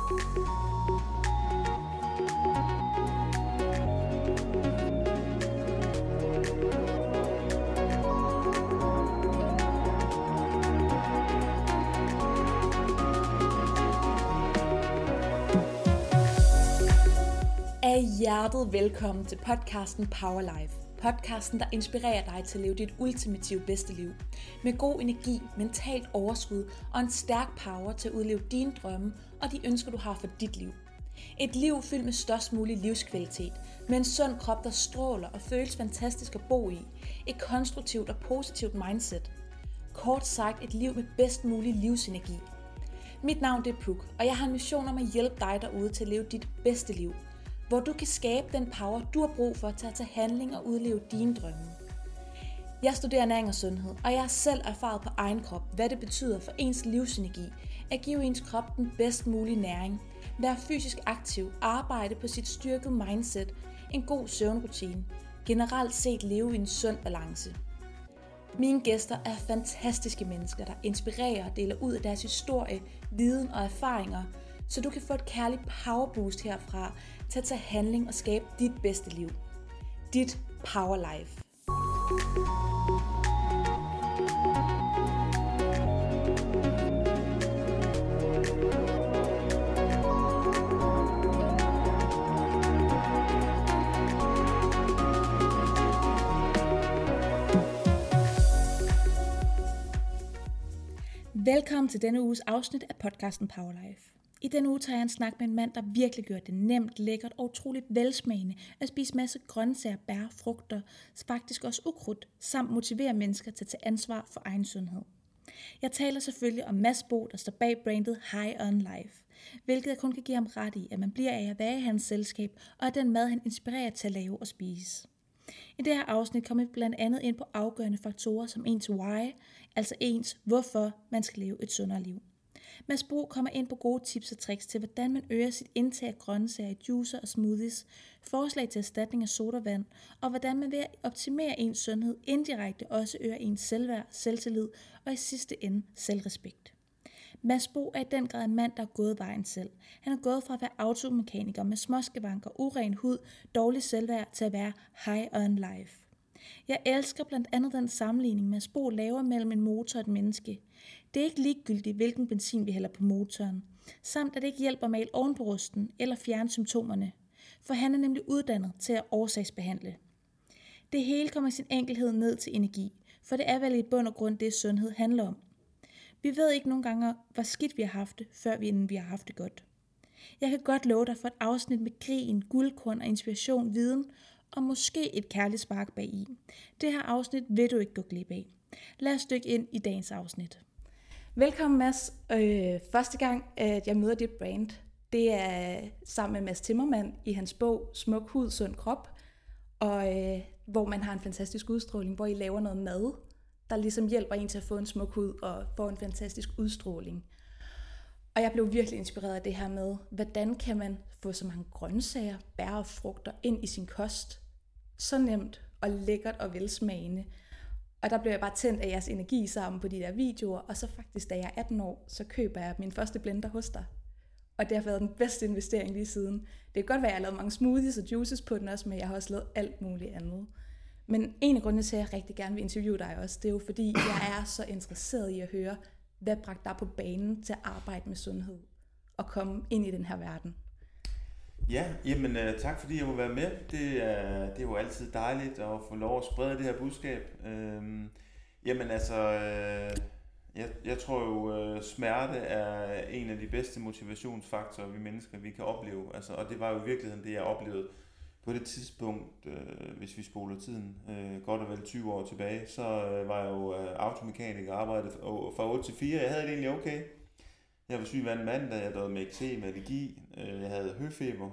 Af hjertet velkommen til podcasten Power Life. Podcasten, der inspirerer dig til at leve dit ultimative bedste liv. Med god energi, mentalt overskud og en stærk power til at udleve dine drømme og de ønsker, du har for dit liv. Et liv fyldt med størst mulig livskvalitet. Med en sund krop, der stråler og føles fantastisk at bo i. Et konstruktivt og positivt mindset. Kort sagt et liv med bedst mulig livsenergi. Mit navn er Puk, og jeg har en mission om at hjælpe dig derude til at leve dit bedste liv. Hvor du kan skabe den power, du har brug for til at tage handling og udleve dine drømme. Jeg studerer næring og sundhed, og jeg har selv erfaret på egen krop, hvad det betyder for ens livsenergi at give ens krop den bedst mulige næring, være fysisk aktiv, arbejde på sit styrkede mindset, en god søvnrutine, generelt set leve i en sund balance. Mine gæster er fantastiske mennesker, der inspirerer og deler ud af deres historie, viden og erfaringer, så du kan få et kærligt powerboost herfra til at tage handling og skabe dit bedste liv. Dit Power Life. Velkommen til denne uges afsnit af podcasten Power Life. I denne uge tager jeg en snak med en mand, der virkelig gør det nemt, lækkert og utroligt velsmagende at spise masse grøntsager, bær, frugter, faktisk også ukrudt, samt motivere mennesker til at tage ansvar for egen sundhed. Jeg taler selvfølgelig om Mads Bo, der står bag brandet High On Life, hvilket jeg kun kan give ham ret i, at man bliver af at være i hans selskab, og at den mad, han inspirerer til at lave og spise. I det her afsnit kommer vi blandt andet ind på afgørende faktorer som ens why, altså ens hvorfor man skal leve et sundere liv. Mads Bo kommer ind på gode tips og tricks til, hvordan man øger sit indtag af grøntsager, juicer og smoothies, forslag til erstatning af sodavand, og hvordan man ved at optimere ens sundhed indirekte også øger ens selvværd, selvtillid og i sidste ende selvrespekt. Mads Bo er i den grad en mand, der er gået vejen selv. Han er gået fra at være automekaniker med småskavanker, uren hud, dårlig selvværd til at være high on life. Jeg elsker blandt andet den sammenligning, Mads Bo laver mellem en motor og et menneske. Det er ikke ligegyldigt, hvilken benzin vi hælder på motoren, samt at det ikke hjælper at male oven på rusten eller fjerne symptomerne, for han er nemlig uddannet til at årsagsbehandle. Det hele kommer i sin enkelhed ned til energi, for det er vel i bund og grund det, sundhed handler om. Vi ved ikke nogle gange, hvor skidt vi har haft det, før vi har haft det godt. Jeg kan godt love dig for et afsnit med grin, guldkorn og inspiration, viden og måske et kærligt spark bag i. Det her afsnit vil du ikke gå glip af. Lad os dykke ind i dagens afsnit. Velkommen Mads. Første gang, at jeg møder dit brand, det er sammen med Mads Timmermann i hans bog Smuk hud, sund krop, og hvor man har en fantastisk udstråling, hvor I laver noget mad, der ligesom hjælper en til at få en smuk hud og få en fantastisk udstråling. Og jeg blev virkelig inspireret af det her med, hvordan kan man få så mange grøntsager, bær og frugter ind i sin kost. Så nemt og lækkert og velsmagende. Og der blev jeg bare tændt af jeres energi sammen på de der videoer. Og så faktisk, da jeg er 18 år, så køber jeg min første blender hos dig. Og det har været den bedste investering lige siden. Det kan godt være, at jeg har lavet mange smoothies og juices på den også, men jeg har også lavet alt muligt andet. Men en af grundene til, at jeg rigtig gerne vil interviewe dig også, det er jo fordi, jeg er så interesseret i at høre, hvad bragte dig på banen til at arbejde med sundhed og komme ind i den her verden? Ja, jamen tak fordi jeg må være med. Det er jo altid dejligt at få lov at sprede det her budskab. Jamen altså, jeg tror jo, smerte er en af de bedste motivationsfaktorer, vi mennesker vi kan opleve. Altså, og det var jo i virkeligheden det, jeg oplevede på det tidspunkt, hvis vi spoler tiden godt og vel 20 år tilbage, så var jeg jo automekaniker og arbejdede fra 8 til 4. Jeg havde det egentlig okay. Jeg var syg hver mandag, jeg havde med eksem, allergi, jeg havde høfeber,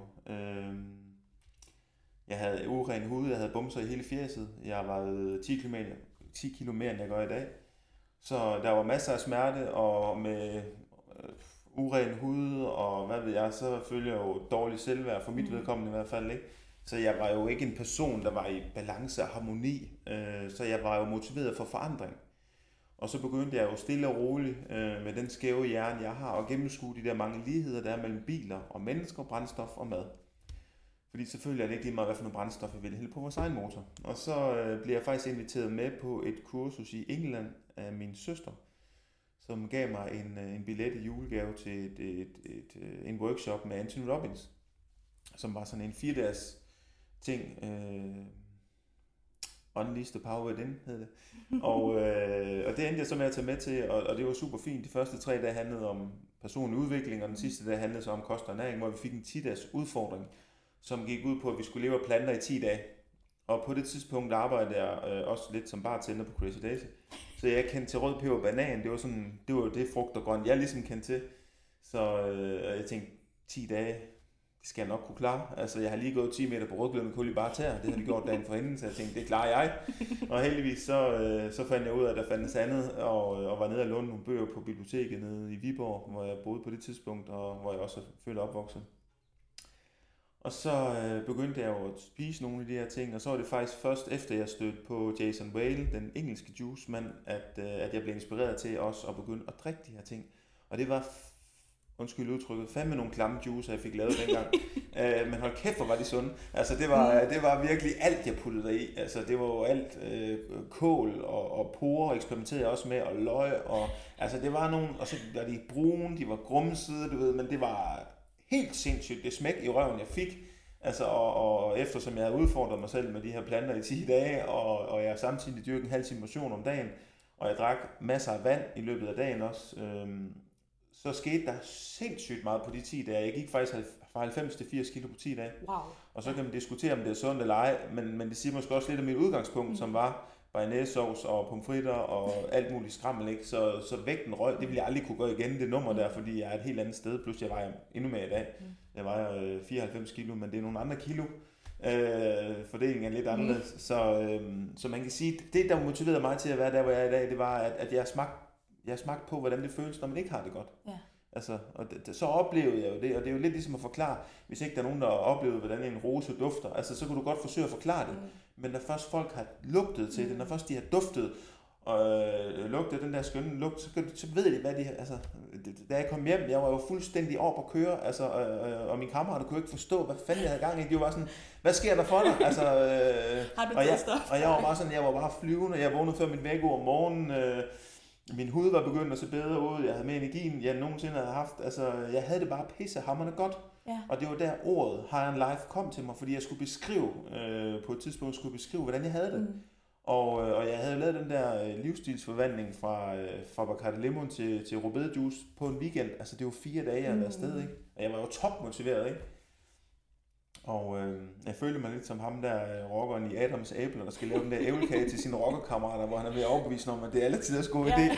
jeg havde uren hud, jeg havde bumser i hele fjeset, jeg var 10 kilo mere, end jeg gør i dag. Så der var masser af smerte, og med uren hud, og hvad ved jeg, så følger jeg jo dårlig selvværd, for mit vedkommende i hvert fald, ikke? Så jeg var jo ikke en person, der var i balance og harmoni, så jeg var jo motiveret for forandring. Og så begyndte jeg jo stille og roligt med den skæve hjerne, jeg har, at gennemskue de der mange ligheder, der er mellem biler og mennesker, brændstof og mad. Fordi selvfølgelig er det ikke lige meget, hvad for noget brændstof vi vil hælde på vores egen motor. Og så blev jeg faktisk inviteret med på et kursus i England af min søster, som gav mig en billet i julegave til en workshop med Anthony Robbins, som var sådan en 4-dages ting. Unleash the Power Within hed det. Og det endte jeg så med at tage med til, og det var super fint. De første 3 dage handlede om personlig udvikling, og den sidste dag handlede så om kost og ernæring, hvor vi fik en 10-dages udfordring, som gik ud på, at vi skulle leve af planter i 10 dage. Og på det tidspunkt arbejdede jeg også lidt som bartender på Crazy Daisy. Så jeg kendte til rød peber og banan. Det var det frugt og grønt, jeg ligesom kendte til. Så jeg tænkte, 10 dage, det skal jeg nok kunne klare. Altså, jeg har lige gået 10 meter på rødglødende kul i bare tæer. Det havde vi gjort dagen forinden, så jeg tænkte, det klarer jeg. Og heldigvis så fandt jeg ud af, at der fandtes andet, og var nede og låne nogle bøger på biblioteket nede i Viborg, hvor jeg boede på det tidspunkt, og hvor jeg også er født og opvokset. Og så begyndte jeg jo at spise nogle af de her ting, og så var det faktisk først efter jeg stødte på Jason Whale, den engelske juicemand, at jeg blev inspireret til også at begynde at drikke de her ting. Og det var, undskyld udtrykket, fandme nogle klamme juicer, jeg fik lavet dengang. Men hold kæft, hvor var de sunde. Altså det var virkelig alt, jeg puttede deri. Altså det var jo alt kål og porer, eksperimenterede jeg også med, og løg, og altså det var nogle, og så var de brune, de var grumsede, du ved, men det var helt sindssygt, det smæk i røven, jeg fik. Altså, og eftersom jeg havde udfordret mig selv med de her planter i 10 dage, og jeg samtidig dyrkede en halv time motion om dagen, og jeg drak masser af vand i løbet af dagen også, så skete der sindssygt meget på de 10 dage. Jeg gik faktisk fra 90 til 80 kilo på 10 dage. Wow. Og så kan man diskutere, om det er sundt eller ej, men det siger måske også lidt om mit udgangspunkt, som var bearnaisesauce og pomfritter og alt muligt skrammel, ikke? Så vægten røg, det ville jeg aldrig kunne gøre igen, det nummer der, fordi jeg er et helt andet sted, plus jeg vejer endnu mere i dag. Jeg vejer 94 kilo, men det er nogle andre kilo. Fordelingen er lidt anderledes. Så man kan sige, det der motiverede mig til at være der, hvor jeg er i dag, det var, at jeg smagte på, hvordan det føles, når man ikke har det godt. Ja. Altså, og så oplevede jeg jo det, og det er jo lidt ligesom at forklare, hvis ikke der er nogen, der har oplevet, hvordan en rose dufter, altså så kan du godt forsøge at forklare det, men når først folk har lugtet til det, når først de har duftet, og lugtet den der skønne lugt, så ved de, hvad de har, altså, da jeg kom hjem, jeg var jo fuldstændig over på køre, altså, og mine kammerater kunne ikke forstå, hvad fanden jeg havde gang i, de var bare sådan, hvad sker der for dig, altså, og jeg var bare sådan, jeg var bare flyvende, jeg vågnede før min vækkeur om morgenen, min hud var begyndt at se bedre ud, jeg havde mere energien, jeg nogensinde havde haft, altså, jeg havde det bare pissehamrende godt. Ja. Og det var der ordet High on Life kom til mig, fordi jeg skulle beskrive, på et tidspunkt hvordan jeg havde det. Og jeg havde lavet den der livsstilsforvandling fra Bacardi Lemon til rødbedejuice på en weekend. Altså det var 4 dage, jeg havde været afsted, ikke? Og jeg var jo topmotiveret, ikke? Og jeg følte mig lidt som ham der rockeren i Adams Æbler, der skal lave den der æblekage til sine rockerkammerater, hvor han er ved at overbevise om, at det er alle tiders gode idé.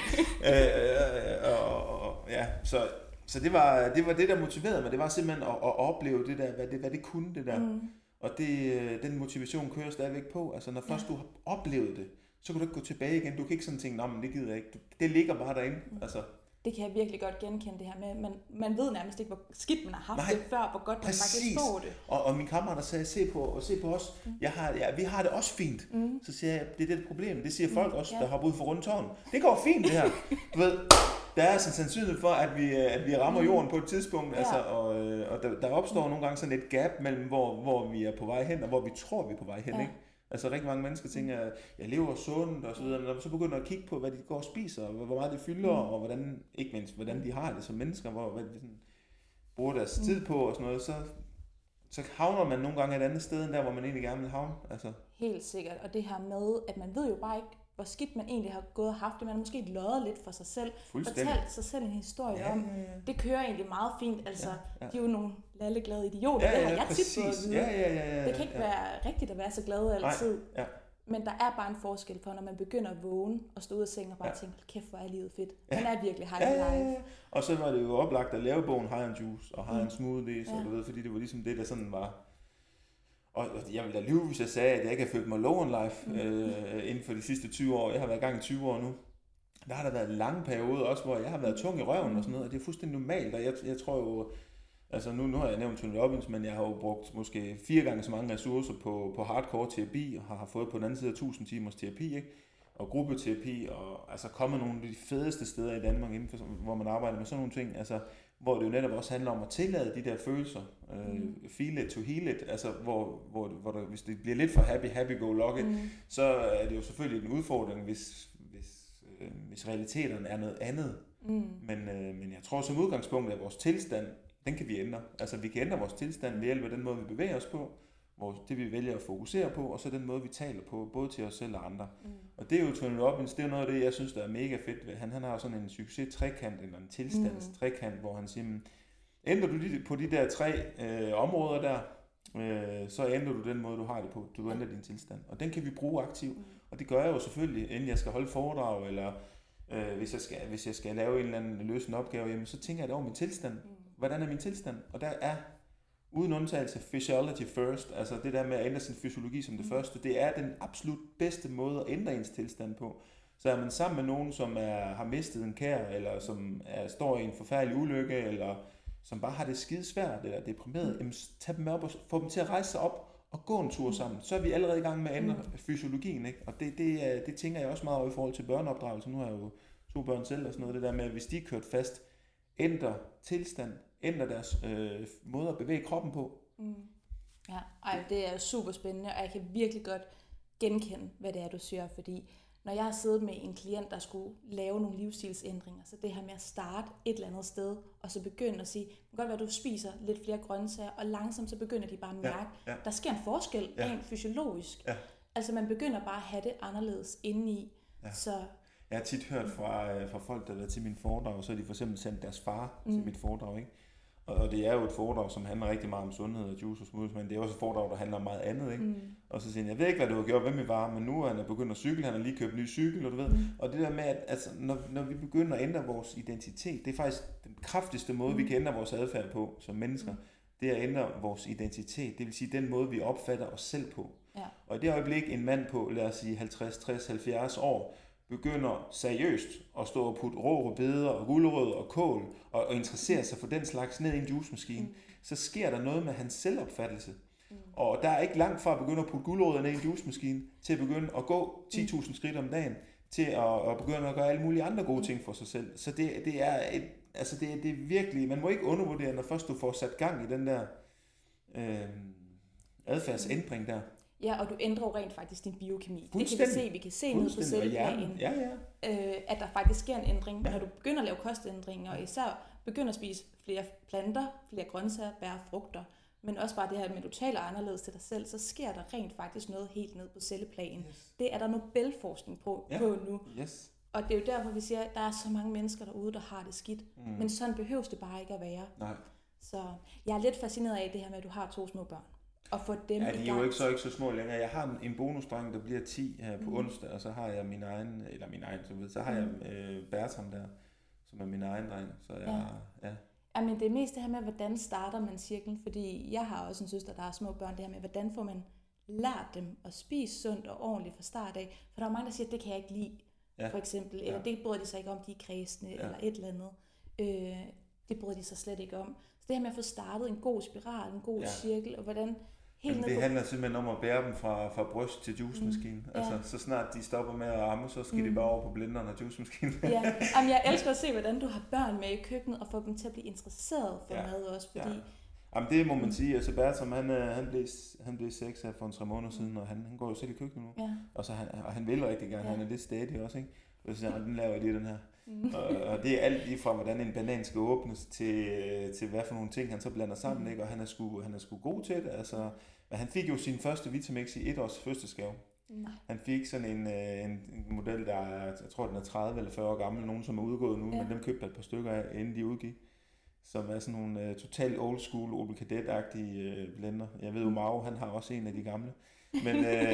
Så det var det, der motiverede mig. Det var simpelthen at opleve det der, hvad det kunne, det der. Og den motivation kører stadigvæk på. Altså når først du har oplevet det, så kan du ikke gå tilbage igen. Du kan ikke sådan tænke, nå, men det gider jeg ikke. Det ligger bare derinde. Altså. Det kan jeg virkelig godt genkende det her med. Man ved nærmest ikke, hvor skidt man har haft det før, hvor godt man faktisk får det. Og mine kammerater sagde, se på os. Vi har det også fint. Så siger jeg, det er det problem. Det siger folk også, der har boet for rundt tårn. Det går fint det her. Du ved, der er sådan sandsynlighed for, at vi rammer jorden på et tidspunkt. Altså, og der opstår nogle gange sådan et gap mellem, hvor vi er på vej hen, og hvor vi tror, vi er på vej hen. Ikke? Altså rigtig mange mennesker tænker, at jeg lever sundt og så videre, men når man så begynder at kigge på, hvad de går og spiser, og hvor meget de fylder, og hvordan, ikke mindst, hvordan de har det som mennesker, hvad de sådan bruger deres tid på og sådan noget, så havner man nogle gange et andet sted, end der, hvor man egentlig gerne vil havne. Altså. Helt sikkert, og det her med, at man ved jo bare ikke, hvor skidt man egentlig har gået og haft det. Man har måske løjet lidt for sig selv, fortalt sig selv en historie om. Det kører egentlig meget fint. Altså, de er jo nogle lalleglade idioter. Det har jeg tit fået at vide. Det kan ikke være rigtigt at være så glad altid. Men der er bare en forskel for, når man begynder at vågne og stå ud af sengen og bare tænke, kæft, hvor er livet fedt. Han er virkelig high on life. Og så var det jo oplagt at lave bogen High on Juice og High on Smoothies, og du ved, fordi det var ligesom det, der sådan var. Og jeg ville da lyve, hvis jeg sagde, at jeg ikke har følt mig low on life inden for de sidste 20 år. Jeg har været i gang i 20 år nu. Der har der været lange perioder også, hvor jeg har været tung i røven og sådan noget, og det er fuldstændig normalt. Og jeg tror jo, altså nu har jeg nævnt Tony Robbins, men jeg har jo brugt måske 4 gange så mange ressourcer på hardcore terapi, og har fået på den anden side 1000 timers terapi, ikke? og gruppeterapi, og altså komme nogle af de fedeste steder i Danmark, inden for, hvor man arbejder med sådan nogle ting, altså hvor det jo netop også handler om at tillade de der følelser, feel it to heal it, altså hvor der, hvis det bliver lidt for happy go lucky, så er det jo selvfølgelig en udfordring, hvis realiteterne er noget andet. Men jeg tror som udgangspunkt, at vores tilstand, den kan vi ændre. Altså vi kan ændre vores tilstand ved hjælp af den måde, vi bevæger os på, det vi vælger at fokusere på, og så den måde, vi taler på, både til os selv og andre. Og det er jo Tony Robbins, det er jo noget af det, jeg synes, der er mega fedt ved. Han har sådan en succes-trekant, eller en tilstandstrekant, hvor han siger, ændrer du på de der 3 områder der, så ændrer du den måde, du har det på. Du ændrer din tilstand. Og den kan vi bruge aktivt. Og det gør jeg jo selvfølgelig, inden jeg skal holde foredrag, eller hvis jeg skal lave en eller anden løsende opgave hjemme, så tænker jeg over min tilstand. Hvordan er min tilstand? Og der er uden undtagelse physiology first, altså det der med at ændre sin fysiologi som det første, det er den absolut bedste måde at ændre ens tilstand på. Så er man sammen med nogen, som har mistet en kær, eller som står i en forfærdelig ulykke, eller som bare har det skide svært, eller deprimeret, jamen, tag dem med op og få dem til at rejse sig op og gå en tur sammen. Så er vi allerede i gang med at ændre fysiologien, ikke? Og det tænker jeg også meget over i forhold til børneopdragelse. Nu har jeg jo 2 børn selv og sådan noget, det der med, at hvis de er kørt fast, ændrer tilstand, ændrer deres måde at bevæge kroppen på. Ja, det er super spændende, og jeg kan virkelig godt genkende, hvad det er, du siger, fordi når jeg har siddet med en klient, der skulle lave nogle livsstilsændringer, så det her med at starte et eller andet sted, og så begynde at sige, det kan godt være, at du spiser lidt flere grøntsager, og langsomt så begynder de bare at mærke, der sker en forskel rent fysiologisk. Ja. Altså man begynder bare at have det anderledes indeni. Ja. Så jeg har tit hørt fra folk, der er til min foredrag, så har de for eksempel sendt deres far til mit foredrag, ikke? Og det er jo et foredrag, som handler rigtig meget om sundhed og juice og smoothies, men det er også et foredrag, der handler om meget andet, ikke? Og så siger jeg ved ikke, hvad du har gjort, hvem vi var, men nu er han begyndt at cykle, han har lige købt en ny cykel, og du ved. Og det der med, at altså, når vi begynder at ændre vores identitet, det er faktisk den kraftigste måde, vi kan ændre vores adfærd på som mennesker, det er at ændre vores identitet, det vil sige den måde, vi opfatter os selv på. Ja. Og i det øjeblik, en mand på, lad os sige 50, 60, 70 år, begynder seriøst at stå og putte rå rødbeder og gulerødder og kål og interessere sig for den slags ned i en juicemaskine, så sker der noget med hans selvopfattelse. Og der er ikke langt fra at begynde at putte gulerødder ned i en juicemaskine til at begynde at gå 10.000 skridt om dagen til at begynde at gøre alle mulige andre gode ting for sig selv. Så det er virkelig, man må ikke undervurdere, når først du får sat gang i den der adfærdsændring der. Ja, og du ændrer jo rent faktisk din biokemi. Det kan vi se. Vi kan se ned på celleplanen, at der faktisk sker en ændring, når du begynder at lave kostændringer, og især begynder at spise flere planter, flere grøntsager, bær, frugter, men også bare det her med, at du taler anderledes til dig selv, så sker der rent faktisk noget helt ned på celleplanen. Yes. Det er der Nobelforskning på nu. Yes. Og det er jo derfor, vi siger, at der er så mange mennesker derude, der har det skidt. Men sådan behøves det bare ikke at være. Nej. Så jeg er lidt fascineret af det her med, at du har 2 små børn. Og få dem de er jo ikke så små længere. Jeg har en bonusdreng, der bliver 10 her på onsdag, og så har jeg så har jeg Bertram der, som er min egen dreng. Så Jamen det er mest det her med, hvordan starter man cirklen, fordi jeg har også en søster, der har små børn, det her med, hvordan får man lært dem at spise sundt og ordentligt fra start af. For der er mange, der siger, at det kan jeg ikke lide, for eksempel, eller det bryder de sig ikke om, de er kræsne, eller et eller andet. Det bryder de sig slet ikke om. Så det her med at få startet en god spiral, en god cirkel, og hvordan det handler simpelthen om at bære dem fra bryst til juicemaskinen. Altså, så snart de stopper med at amme, så skal de bare over på blenderen og juicemaskinen. Jamen, jeg elsker at se, hvordan du har børn med i køkkenet, og få dem til at blive interesseret for mad også, fordi... Jamen, det må man sige. Altså, Bertram, han blev 6 her for 3 måneder siden, og han går jo selv i køkkenet nu. Ja. Og han vil rigtig gerne. Han er lidt stadig også, ikke? Og så den laver jeg lige den her. Og det er alt lige fra, hvordan en banan skal åbnes, til hvad for nogle ting han så blander sammen, ikke? Og han er sgu god til det, altså. Men han fik jo sin første Vitamix i 1 års fødselsgave. Han fik sådan en model, der er, jeg tror den er 30 eller 40 år gammel, nogen som er udgået nu, men dem købte et par stykker af, inden de udgik. Som er sådan nogle totalt old school, Opel Kadett-agtige blender. Jeg ved jo, Mao, han har også en af de gamle. Men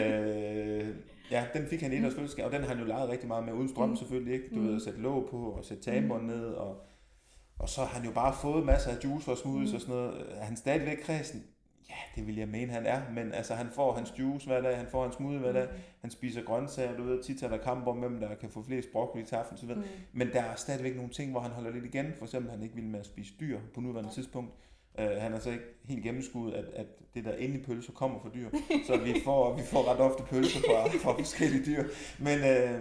den fik han i 1 års fødselsgave, og den har han jo leget rigtig meget med, uden strøm selvfølgelig, ikke? Du ved, at sætte låg på og sætte tagbånd ned, og så har han jo bare fået masser af juice og smoothies og sådan noget. Er han stadigvæk kræsen? Ja, det vil jeg mene, han er, men altså han får hans juice hver dag, han får hans smoothie hver dag, han spiser grøntsager, du ved, tit er der kamp om hvem der kan få flest broccoli til aften, så videre. Men der er stadigvæk nogle ting, hvor han holder lidt igen, for eksempel han ikke vil med at spise dyr på nuværende tidspunkt, Han har så ikke helt gennemskuet, at det der inde i pølser kommer fra dyr. Så vi får ret ofte pølser fra forskellige dyr. Men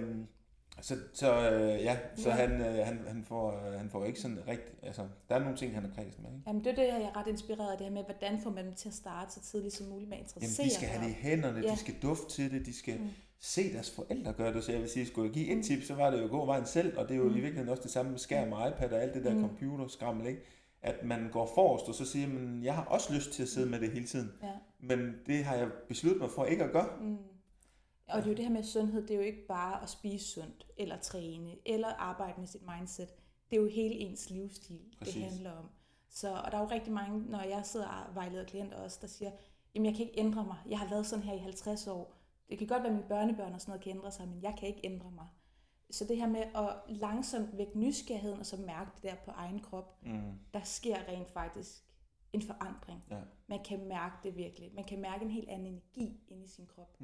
han får ikke sådan rigtig, altså der er nogle ting, han er kredsen med. Ikke? Jamen det er det, jeg er ret inspireret af, det her med, hvordan får man dem til at starte så tidligt som muligt med at interessere. Jamen de skal have det i hænderne, de skal dufte til det, de skal se deres forældre gøre det. Så jeg vil sige, skulle jeg give et tip, så var det jo at gå vejen selv, og det er jo i virkeligheden også det samme med skærm og iPad og alt det der computerskrammel, ikke? At man går forrest, og så siger man, jeg har også lyst til at sidde med det hele tiden. Ja. Men det har jeg besluttet mig for ikke at gøre. Og det er jo det her med sundhed, det er jo ikke bare at spise sundt, eller træne, eller arbejde med sit mindset. Det er jo hele ens livsstil, det handler om. Og der er jo rigtig mange, når jeg sidder og vejleder klienter også, der siger, jamen jeg kan ikke ændre mig. Jeg har været sådan her i 50 år. Det kan godt være, at mine børnebørn og sådan noget kan ændre sig, men jeg kan ikke ændre mig. Så det her med at langsomt vække nysgerrigheden, og så mærke det der på egen krop, der sker rent faktisk en forandring. Ja. Man kan mærke det virkelig. Man kan mærke en helt anden energi inde i sin krop.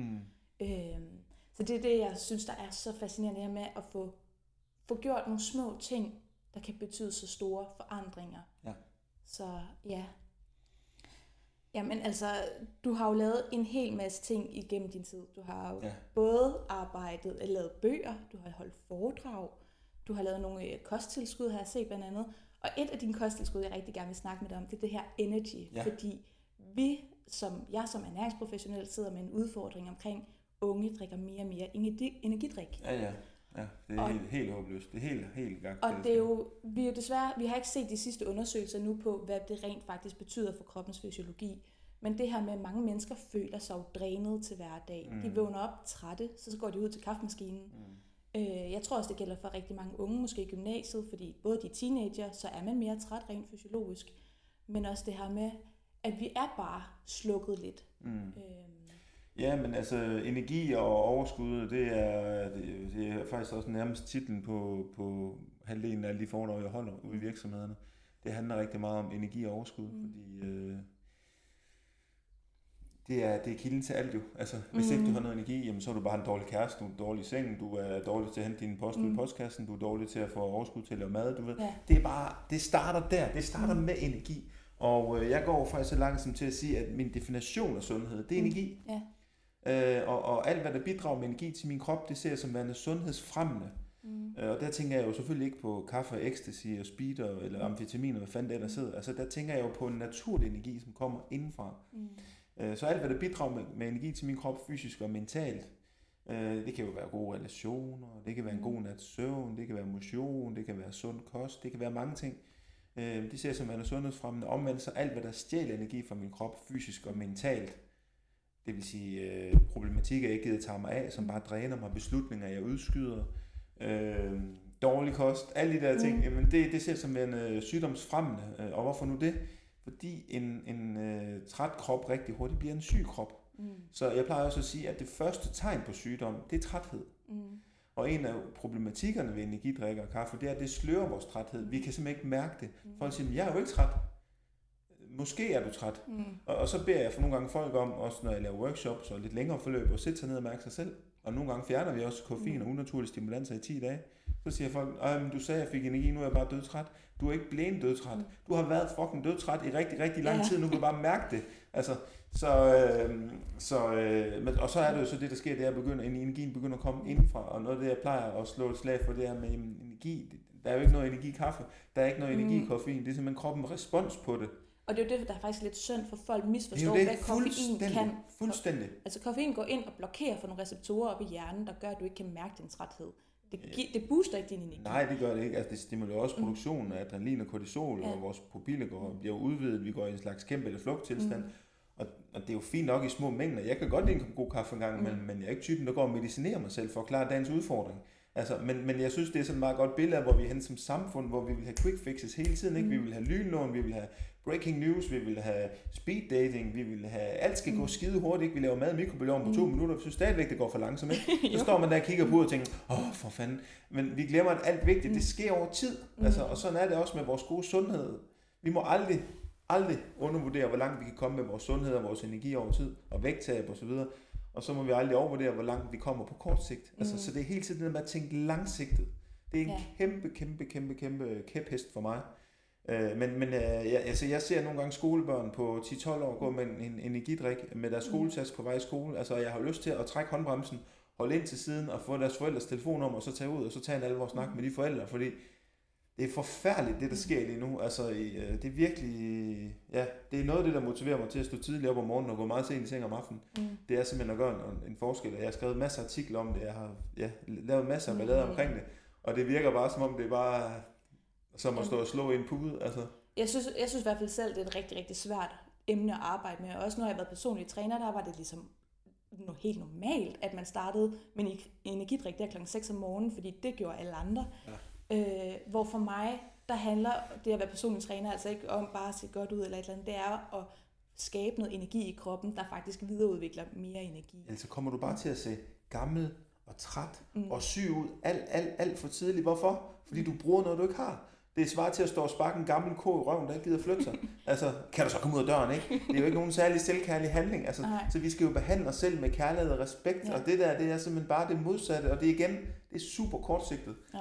Så det er det, jeg synes, der er så fascinerende, det her med at få gjort nogle små ting, der kan betyde så store forandringer. Ja. Så ja. Jamen altså, du har jo lavet en hel masse ting igennem din tid. Du har jo både arbejdet, eller lavet bøger, du har holdt foredrag, du har lavet nogle kosttilskud, har jeg set blandt andet. Og et af dine kosttilskud, jeg rigtig gerne vil snakke med dig om, det er det her energy. Ja. Fordi jeg som ernæringsprofessionel sidder med en udfordring omkring, unge drikker mere og mere energidrik. Ja, det er helt håbløst. Det er helt gang. Og det er jo, vi har ikke set de sidste undersøgelser nu på, hvad det rent faktisk betyder for kroppens fysiologi. Men det her med, at mange mennesker føler sig jo drænet til hverdag. De vågner op trætte, så går de ud til kaffemaskinen. Jeg tror også, det gælder for rigtig mange unge, måske i gymnasiet, fordi både de teenager, så er man mere træt rent fysiologisk. Men også det her med, at vi er bare slukket lidt. Ja, men altså energi og overskud, det er faktisk også nærmest titlen på halvdelen af alle de foredrag, jeg holder ude i virksomhederne. Det handler rigtig meget om energi og overskud, fordi det er kilden til alt jo. Altså, hvis ikke du har noget energi, jamen, så er du bare en dårlig kæreste, du er dårlig i sengen, du er dårlig til at hente din post ud i postkassen, du er dårlig til at få overskud til at lave mad, du ved. Ja. Det starter der, det starter med energi. Og jeg går faktisk så langt som til at sige, at min definition af sundhed, det er energi. Ja. Og alt, hvad der bidrager med energi til min krop, det ser jeg som værende sundhedsfremmende. Og der tænker jeg jo selvfølgelig ikke på kaffe, ecstasy og speeder eller amfetamin, hvad fanden det ellers sidder. Altså der tænker jeg jo på en naturlig energi, som kommer indenfra. Så alt, hvad der bidrager med energi til min krop, fysisk og mentalt, det kan jo være gode relationer, det kan være en god nats søvn, det kan være motion, det kan være sund kost, det kan være mange ting. Det ser jeg som værende sundhedsfremmende. Omvendt så alt, hvad der stjæler energi fra min krop, fysisk og mentalt, det vil sige problematikker, jeg ikke gider tage mig af, som bare dræner mig, beslutninger, jeg udskyder, dårlig kost, alle de der ting, jamen det ser som en sygdomsfremmende. Og hvorfor nu det? Fordi en træt krop rigtig hurtigt bliver en syg krop. Så jeg plejer også at sige, at det første tegn på sygdom, det er træthed. Og en af problematikkerne ved energidrikker og kaffe, det er, at det slører vores træthed. Vi kan simpelthen ikke mærke det. Folk siger, jeg er jo ikke træt. Måske er du træt. Og så beder jeg for nogle gange folk om, også når jeg laver workshops og lidt længere forløb, at sætte sig ned og mærke sig selv. Og nogle gange fjerner vi også koffein og unaturlige stimulanser i 10 dage. Så siger folk, du sagde, at jeg fik energi, nu er jeg bare dødtræt. Du er ikke blevet dødtræt. Du har været fucking dødtræt i rigtig, rigtig lang tid, nu kan du bare mærke det. Altså, og så er det jo så det, der sker, det er, at energien begynder at komme indenfra. Og noget af det, jeg plejer at slå et slag for, det er med energi. Der er jo ikke noget energi i kaffe. Der er ikke noget energi i koffein. Det er simpelthen kroppens respons på det. Og det er jo det, der er faktisk lidt synd, for folk misforstår, hvad koffein kan. Fuldstændig. Altså koffein går ind og blokerer for nogle receptorer op i hjernen, der gør, at du ikke kan mærke din træthed. Det booster ikke din energi. Nej, det gør det ikke. Altså, det stimulerer også produktionen af adrenalin og kortisol, og vores pupiller bliver udvidet. Vi går i en slags kæmpe eller flugttilstand. Og det er jo fint nok i små mængder. Jeg kan godt lide en god kaffe en gang, men jeg er ikke typen, der går og medicinerer mig selv for at klare dagens udfordring. Altså, men jeg synes, det er sådan et meget godt billede af, hvor vi er henne som samfund, hvor vi vil have quick fixes hele tiden. Ikke? Vi vil have lynlån, vi vil have breaking news, vi vil have speed dating, vi vil have, alt skal gå skide hurtigt. Ikke? Vi laver mad i mikrobølgeovnen på 2 minutter, vi synes stadigvæk, det går for langsomt. Ikke? Så står man der og kigger på og tænker, for fanden. Men vi glemmer, at alt vigtigt, det sker over tid. Altså, og sådan er det også med vores gode sundhed. Vi må aldrig undervurdere, hvor langt vi kan komme med vores sundhed og vores energi over tid, og vægttab og så videre. Og så må vi aldrig overvurdere, hvor langt vi kommer på kort sigt. Altså, så det er hele tiden med at tænke langsigtet. Det er en kæmpe kæphest for mig. Jeg ser nogle gange skolebørn på 10-12 år gå med en energidrik med deres skoletaske på vej i skole. Altså jeg har lyst til at trække håndbremsen, holde ind til siden og få deres forældres telefonnummer, og så tage ud og så tage en alvor snak med de forældre, fordi det er forfærdeligt, det der sker lige nu. Altså, det er virkelig, ja, det er noget af det, der motiverer mig til at stå tidligt op om morgenen og gå meget sent i seng om aftenen. Det er simpelthen at gøre en forskel, og jeg har skrevet masser af artikler om det, jeg har lavet masser af ballader omkring det, og det virker bare som om det er bare som at stå og slå i en pude. Altså. Jeg synes i hvert fald selv, det er et rigtig, rigtig svært emne at arbejde med, og også når jeg har været personlig træner, der var det ligesom helt normalt, at man startede med en energidrik der kl. 6 om morgenen, fordi det gjorde alle andre. Ja. Hvor for mig, der handler det at være personlig træner altså ikke om bare at se godt ud eller et eller andet, det er at skabe noget energi i kroppen, der faktisk videreudvikler mere energi. Altså kommer du bare til at se gammel og træt og syg ud alt for tidligt. Hvorfor? Fordi du bruger noget, du ikke har. Det er svaret til at stå og sparke en gammel ko i røven, der ikke gider flytte sig. Altså, kan du så komme ud af døren, ikke? Det er jo ikke nogen særlig selvkærlig handling. Altså, så vi skal jo behandle os selv med kærlighed og respekt, og det der, det er simpelthen bare det modsatte, og det er super kortsigtet. Ja.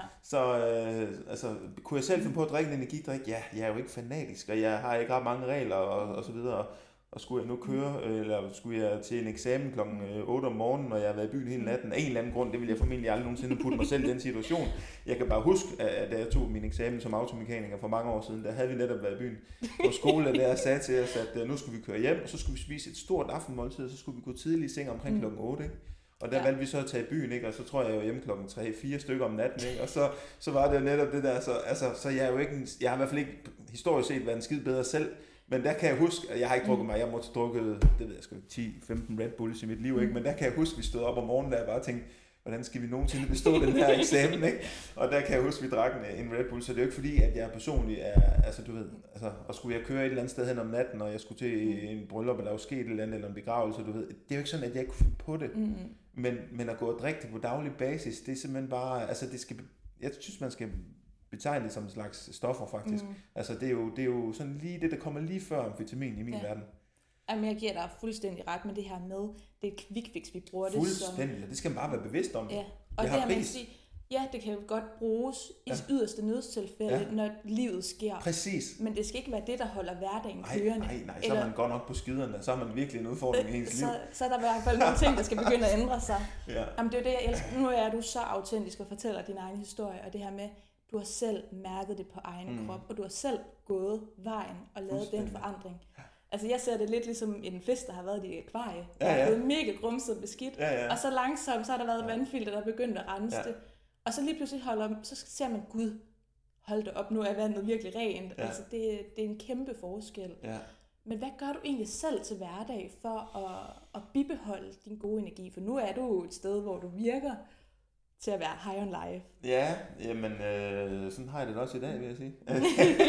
Så, kunne jeg selv finde på at drikke en energidrik? Ja, jeg er jo ikke fanatisk, og jeg har ikke ret mange regler og så videre. Og skulle jeg nu køre, eller skulle jeg til en eksamen kl. 8 om morgenen, og jeg har været i byen hele natten, af en eller anden grund, det vil jeg formentlig aldrig nogensinde putte mig selv i den situation. Jeg kan bare huske, at da jeg tog min eksamen som automekaniker for mange år siden, der havde vi netop været i byen på skole, der sagde til os, at nu skulle vi køre hjem, og så skulle vi spise et stort aftenmåltid, og så skulle vi gå tidligt i seng omkring kl. 8, ikke? Og der valgte vi så at tage i byen, ikke? Og så tror jeg jo hjemme klokken 3-4 stykker om natten, ikke? Og så var det jo netop det der, så jeg er jo ikke, jeg har i hvert fald ikke historisk set været en skid bedre selv. Men der kan jeg huske, at jeg har ikke drukket mig, jeg måtte drukke, det ved jeg sgu ikke, 10-15 Red Bulls i mit liv, ikke? Men der kan jeg huske, at vi stod op om morgenen, der jeg bare tænkte, hvordan skal vi nogensinde bestå den her eksamen, ikke? Og der kan jeg huske, at vi drak en Red Bull, så det er jo ikke fordi, at jeg personligt er, altså du ved, altså, og skulle jeg køre et eller andet sted hen om natten, og jeg skulle til en bryllup, eller der var sket et eller andet, eller en begravelse, du ved, det er jo ikke sådan, at jeg ikke kunne finde på det. Men at gå og drikke det på daglig basis, det er simpelthen bare, altså jeg synes, man skal betegne det som en slags stoffer, faktisk. Altså, det er jo sådan lige det, der kommer lige før amfetamin i min verden. Jamen, jeg giver dig fuldstændig ret med det her med, det er et quick fix, vi bruger det som. Fuldstændig, det skal man bare være bevidst om. Ja, og det har pris. Ja, det kan jo godt bruges i yderste nødstilfælde, når livet sker. Præcis. Men det skal ikke være det, der holder hverdagen kørende. Nej, så er man godt nok på skiderne, så er man virkelig en udfordring i ens liv. Så er der i hvert fald nogle ting, der skal begynde at ændre sig. Jamen, det er jo det, jeg elsker. Nu er du så autentisk og fortæller din egen historie, og det her med, du har selv mærket det på egen krop, og du har selv gået vejen og lavet den forandring. Altså jeg ser det lidt ligesom en fisk, der har været i et akvarie. Der er blevet mega grumset og beskidt, og så langsomt, så har der været et vandfilter, der er begyndt at rense det. Og så lige pludselig så ser man, Gud, hold det op, nu er vandet virkelig rent. Altså det er en kæmpe forskel. Men hvad gør du egentlig selv til hverdag for at bibeholde din gode energi? For nu er du et sted, hvor du virker til at være high on life. Ja, jamen sådan har jeg det også i dag, vil jeg sige. Nej,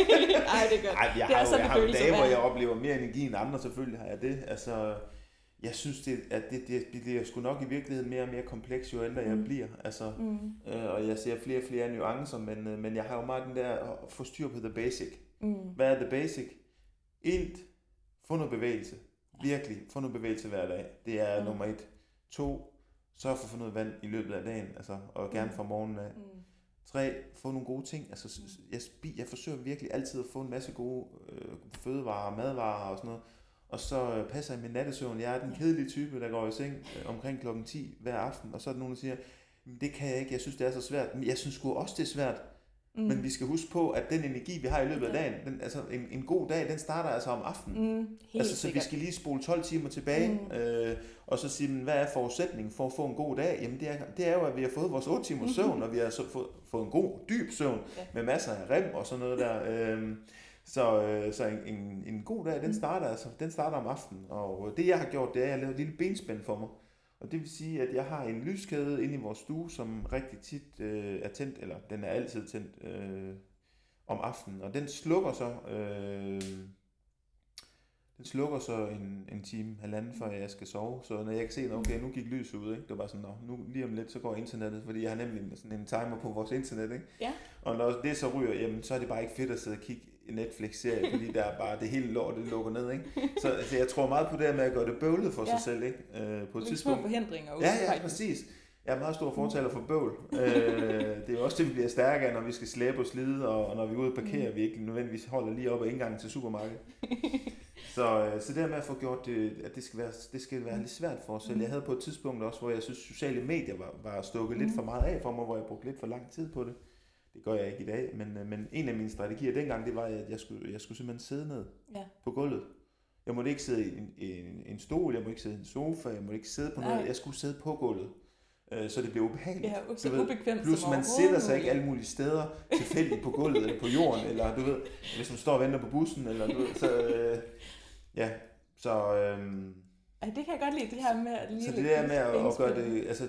det gør det. Jeg har jo dage, hvor jeg oplever mere energi end andre, selvfølgelig har jeg det. Altså, jeg synes, at det bliver sgu nok i virkeligheden mere og mere kompleks, jo ældre jeg bliver. Altså, og jeg ser flere og flere nuancer, men jeg har jo meget den der at få styr på the basic. Hvad er the basic? Få noget bevægelse. Virkelig, få noget bevægelse hver dag. Det er nummer 1. 2, sørg for at få noget vand i løbet af dagen, altså, og gerne fra morgenen af. 3, få nogle gode ting. Altså, jeg forsøger virkelig altid at få en masse gode fødevarer, madvarer og sådan noget. Og så passer jeg min nattesøvn. Jeg er den kedelige type, der går i seng omkring klokken 10 hver aften, og så er der nogen, der siger, det kan jeg ikke, jeg synes, det er så svært. Men jeg synes sgu også, det er svært. Men vi skal huske på, at den energi, vi har i løbet af dagen, altså en god dag, den starter altså om aftenen. Altså, så vi skal lige spole 12 timer tilbage, og så sige, hvad er forudsætningen for at få en god dag? Jamen, det er jo, at vi har fået vores 8 timers søvn, og vi har så fået en god, dyb søvn, med masser af rem og sådan noget der. Så en god dag, den starter om aftenen. Og det, jeg har gjort, det er, at jeg har lavet et lille benspænd for mig. Og det vil sige, at jeg har en lyskæde inde i vores stue, som rigtig tit er tændt, eller den er altid tændt om aftenen. Og den slukker så, en time, halvanden, før jeg skal sove. Så når jeg kan se, okay, nu gik lyset ud, ikke? Det var bare sådan, nu lige om lidt, så går internettet, fordi jeg har nemlig sådan en timer på vores internet, ikke? Ja. Og når det så ryger, jamen, så er det bare ikke fedt at sidde og kigge Netflix-serie, fordi der er bare det hele lortet lukker ned, ikke? Så jeg tror meget på det med at gøre det bøvlet for sig selv, ikke? På et tidspunkt. Små forhindringer. Ja, præcis. Jeg er meget stor fortaler for bøvl. Det er jo også det, vi bliver stærke af, når vi skal slæbe og slide, og når vi er ude og parkere, vi ikke nødvendigvis holder lige op ad indgangen til supermarkedet. Så det med at få gjort det, at det skal være lidt svært for os selv. Jeg havde på et tidspunkt også, hvor jeg synes, sociale medier var stukket lidt for meget af for mig, hvor jeg brugte lidt for lang tid på det. Det gør jeg ikke i dag, men en af mine strategier dengang, det var, at jeg skulle simpelthen sidde ned på gulvet. Jeg måtte ikke sidde i en stol, jeg måtte ikke sidde i en sofa, jeg måtte ikke sidde på noget, jeg skulle sidde på gulvet. Så det blev ubehageligt. Ja, så ubekvemt. Plus man sætter sig ikke alle mulige steder tilfældigt på gulvet eller på jorden, eller du ved, hvis man står og venter på bussen, eller du ved, det kan jeg godt lide, det her med at lige... Så det der med at gøre det, altså,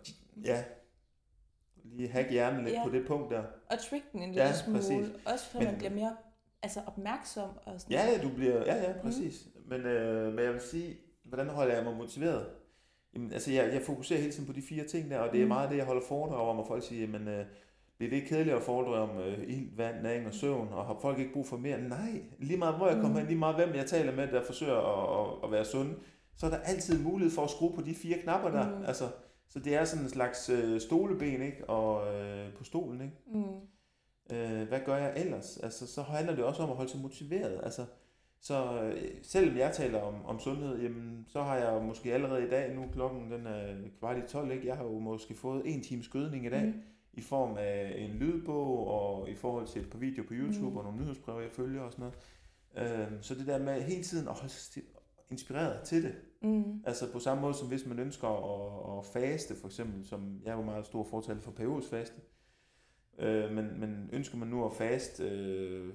lige hack hjernen lidt på det punkt der. Og trick den en lille smule, præcis. Også for man bliver mere opmærksom og sådan noget. Du bliver, præcis. Men jeg vil sige, hvordan holder jeg mig motiveret? Jamen, altså jeg fokuserer hele tiden på de 4 ting der, og det er meget det, jeg holder foredrag om, og folk siger, jamen, det er det kedeligt at foredrage om ild, vand, næring og søvn, og har folk ikke brug for mere? Nej, lige meget hvor jeg kommer hen, lige meget hvem jeg taler med, der forsøger at være sunde, så er der altid mulighed for at skrue på de 4 knapper der. Altså, så det er sådan en slags stoleben, ikke? Og på stolen, ikke? Hvad gør jeg ellers? Altså, så handler det også om at holde sig motiveret. Altså, så selvom jeg taler om sundhed, jamen, så har jeg måske allerede i dag, nu klokken den er 11:15, ikke? Jeg har jo måske fået 1 times gødning i dag, i form af en lydbog, og i forhold til et par videoer på YouTube, og nogle nyhedsbreve, jeg følger og sådan noget. Så det der med hele tiden at holde sig inspireret til det. Altså på samme måde som hvis man ønsker at faste, for eksempel, som jeg er jo meget stor fortaler for periodisk faste. Men ønsker man nu at faste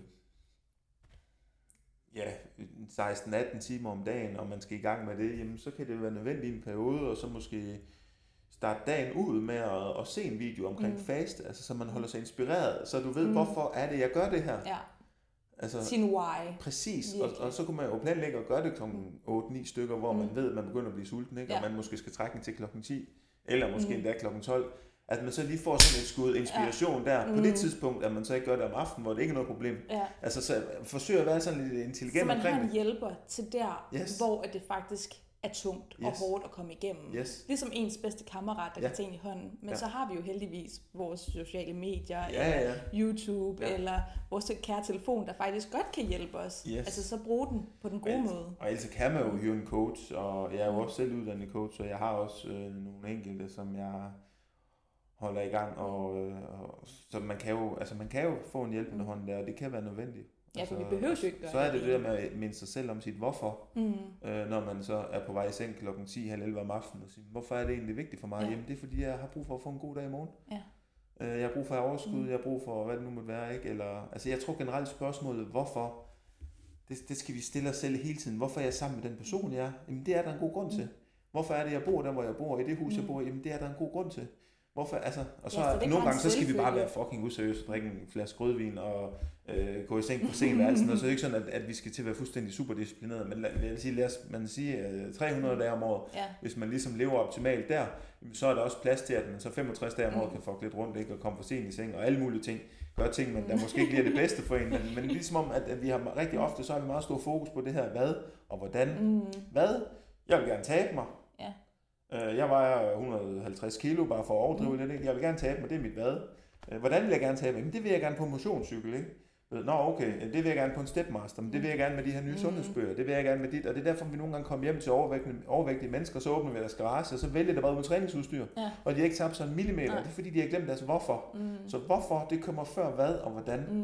16-18 timer om dagen, og man skal i gang med det, jamen så kan det være nødvendigt i en periode, og så måske starte dagen ud med at se en video omkring faste, altså så man holder sig inspireret, så du ved, hvorfor er det, jeg gør det her. Ja. Altså, sin why. Præcis, og så kunne man jo planlægge at gøre det kl. 8-9 stykker, hvor man ved, at man begynder at blive sulten, ikke? Og man måske skal trække den til klokken 10, eller måske endda klokken 12. At man så lige får sådan et skud inspiration der, på det tidspunkt, at man så ikke gør det om aftenen, hvor det ikke er noget problem. Ja. Altså så forsøger at være sådan lidt intelligent omkring det. Så man har en hjælper til der, hvor det faktisk er tungt og hårdt at komme igennem. Ligesom ens bedste kammerat, der kan tage en i hånden. Men så har vi jo heldigvis vores sociale medier, eller YouTube, eller vores kære telefon, der faktisk godt kan hjælpe os. Altså så bruge den på den gode måde. Og ellers kan man jo hyre en coach, og jeg er jo også selv uddannet coach, og jeg har også nogle enkelte, som jeg holder i gang, og så man kan jo få en hjælpende hånd der, og det kan være nødvendigt. Ja, for vi behøver jo ikke gøre så er det der med at minde sig selv om sit hvorfor, når man så er på vej i seng klokken 10-11 om aftenen, og siger, hvorfor er det egentlig vigtigt for mig? Jamen det er fordi, jeg har brug for at få en god dag i morgen. Jeg har brug for at have overskud, jeg har brug for, hvad det nu måtte være, ikke? Eller, altså jeg tror generelt spørgsmålet, hvorfor, det skal vi stille os selv hele tiden. Hvorfor er jeg sammen med den person, jeg er? Jamen det er der en god grund til. Hvorfor er det, jeg bor der, hvor jeg bor, i det hus, jeg bor i? Jamen det er der en god grund til. Hvorfor, altså, og så nogle gange, så skal vi bare være fucking useriøse og drikke en flaske rødvin og gå i seng på senværelsen, og så er det ikke sådan, at vi skal til at være fuldstændig superdisciplineret, men lad os sige 300 dage om året, hvis man ligesom lever optimalt der, så er der også plads til, at man så 65 dage om året kan fuck lidt rundt, ikke, og komme for sent i seng, og alle mulige ting, gøre ting, men der måske ikke bliver det bedste for en, men ligesom om, at vi har rigtig ofte, så har vi meget stor fokus på det her, hvad og hvordan. Hvad? Jeg vil gerne tabe mig. Jeg vejer 150 kilo, bare for at overdrive lidt, ikke? Jeg vil gerne tabe mig, det er mit hvad. Hvordan vil jeg gerne tabe mig? Men det vil jeg gerne på en motionscykel, ikke? Nå okay, det vil jeg gerne på en stepmaster, men det vil jeg gerne med de her nye sundhedsbøger, det vil jeg gerne med dit, og det er derfor, vi nogle gange kommer hjem til overvægtige mennesker, så åbner vi deres garage, og så vælger der bare ud med træningsudstyr, og de har ikke tabt sig en millimeter, det er fordi, de har glemt deres hvorfor. Så hvorfor, det kommer før hvad og hvordan,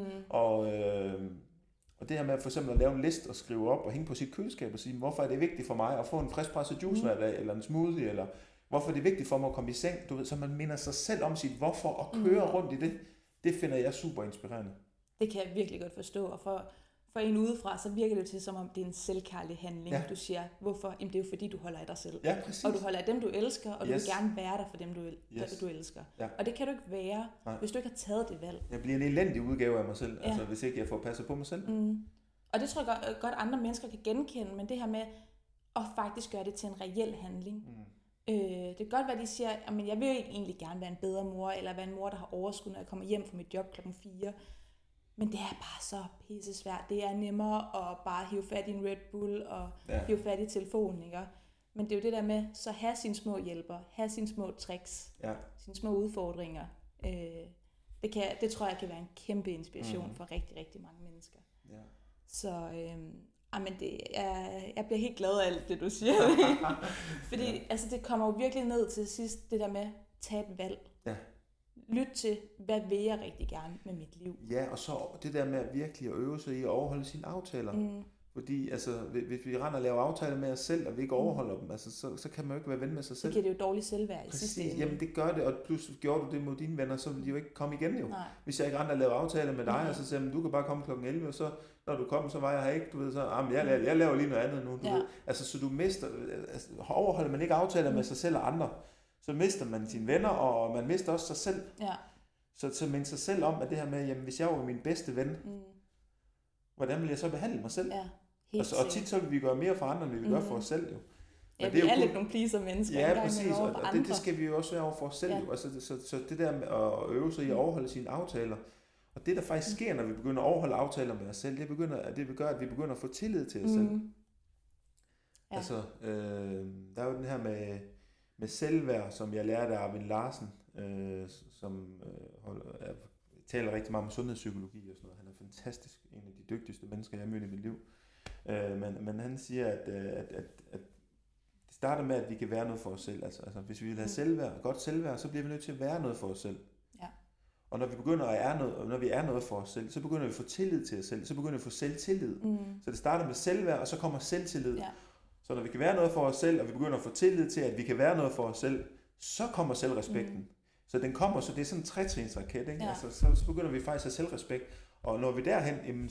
og det her med for eksempel at lave en liste og skrive op og hænge på sit køleskab og sige, hvorfor er det vigtigt for mig at få en friskpresset juice hver dag, eller en smoothie, eller hvorfor er det vigtigt for mig at komme i seng, du ved, så man minder sig selv om sit hvorfor og køre rundt i det. Det finder jeg super inspirerende. Det kan jeg virkelig godt forstå, og for en udefra, så virker det til, som om det er en selvkærlig handling. Du siger, hvorfor? Jamen det er jo fordi, du holder af dig selv. Ja, præcis. Og du holder af dem, du elsker, og du vil gerne være der for dem, du elsker. Ja. Og det kan du ikke være, hvis du ikke har taget det valg. Jeg bliver en elendig udgave af mig selv, altså hvis ikke jeg får passet på mig selv. Og det tror jeg godt andre mennesker kan genkende, men det her med at faktisk gøre det til en reel handling. Det kan godt være, de siger, at jeg vil egentlig gerne være en bedre mor, eller være en mor, der har overskud, når jeg kommer hjem fra mit job klokken 4. Men det er bare så pisse svært. Det er nemmere at bare hive fat i en Red Bull og hive fat i telefonen, ikke? Men det er jo det der med, så have sine små hjælper, have sine små tricks, sine små udfordringer. Det tror jeg kan være en kæmpe inspiration for rigtig, rigtig mange mennesker. Ja. Så men jeg bliver helt glad af alt det, du siger. Fordi altså, det kommer jo virkelig ned til sidst, det der med, tage et valg. Ja. Lyt til, hvad vil jeg rigtig gerne med mit liv. Ja, og så det der med at virkelig at øve sig i at overholde sine aftaler. Fordi altså, hvis vi render og laver aftaler med os selv, og vi ikke overholder dem, altså, så kan man jo ikke være ven med sig selv. Det giver det jo dårligt selvværd i sidste ende. Jamen det gør det, og pludselig gjorde du det mod dine venner, så vil de jo ikke komme igen jo. Nej. Hvis jeg ikke render og laver aftaler med dig, og så siger du kan bare komme klokken 11, og så når du kommer, så var jeg her ikke, du ved, så jeg laver lige noget andet nu, du ved. Altså, så du mister, overholder man ikke aftaler med sig selv og andre, så mister man sine venner, og man mister også sig selv. Ja. Så minde sig selv om, at det her med, jamen hvis jeg var min bedste ven, hvordan vil jeg så behandle mig selv? Ja. Og tit så vil vi gøre mere for andre, end vi gør for os selv jo. Ja, vi er lidt nogle pleaser-mennesker. Ja, præcis, og det skal vi jo også være over for os selv jo. Altså, så det der med at øve sig i at overholde sine aftaler, og det der faktisk sker, når vi begynder at overholde aftaler med os selv, det vil gøre, at vi begynder at få tillid til os selv. Ja. Altså, der er jo den her med selvværd, som jeg lærte af Arvind Larsen, som taler rigtig meget om sundhedspsykologi og sådan noget. Han er fantastisk, en af de dygtigste mennesker, jeg har mødt i mit liv. Men han siger, at det starter med, at vi kan være noget for os selv. Altså hvis vi vil have selvværd, godt selvværd, så bliver vi nødt til at være noget for os selv. Ja. Og når vi begynder at være noget, og når vi er noget for os selv, så begynder vi at få tillid til os selv. Så begynder vi at få selvtillid. Så det starter med selvværd, og så kommer selvtillid. Ja. Så når vi kan være noget for os selv, og vi begynder at få tillid til, at vi kan være noget for os selv, så kommer selvrespekten. Så den kommer, så det er sådan en tretrinsraket, ikke? Ja. Altså, så begynder vi faktisk at have selvrespekt. Og når vi derhen, jamen,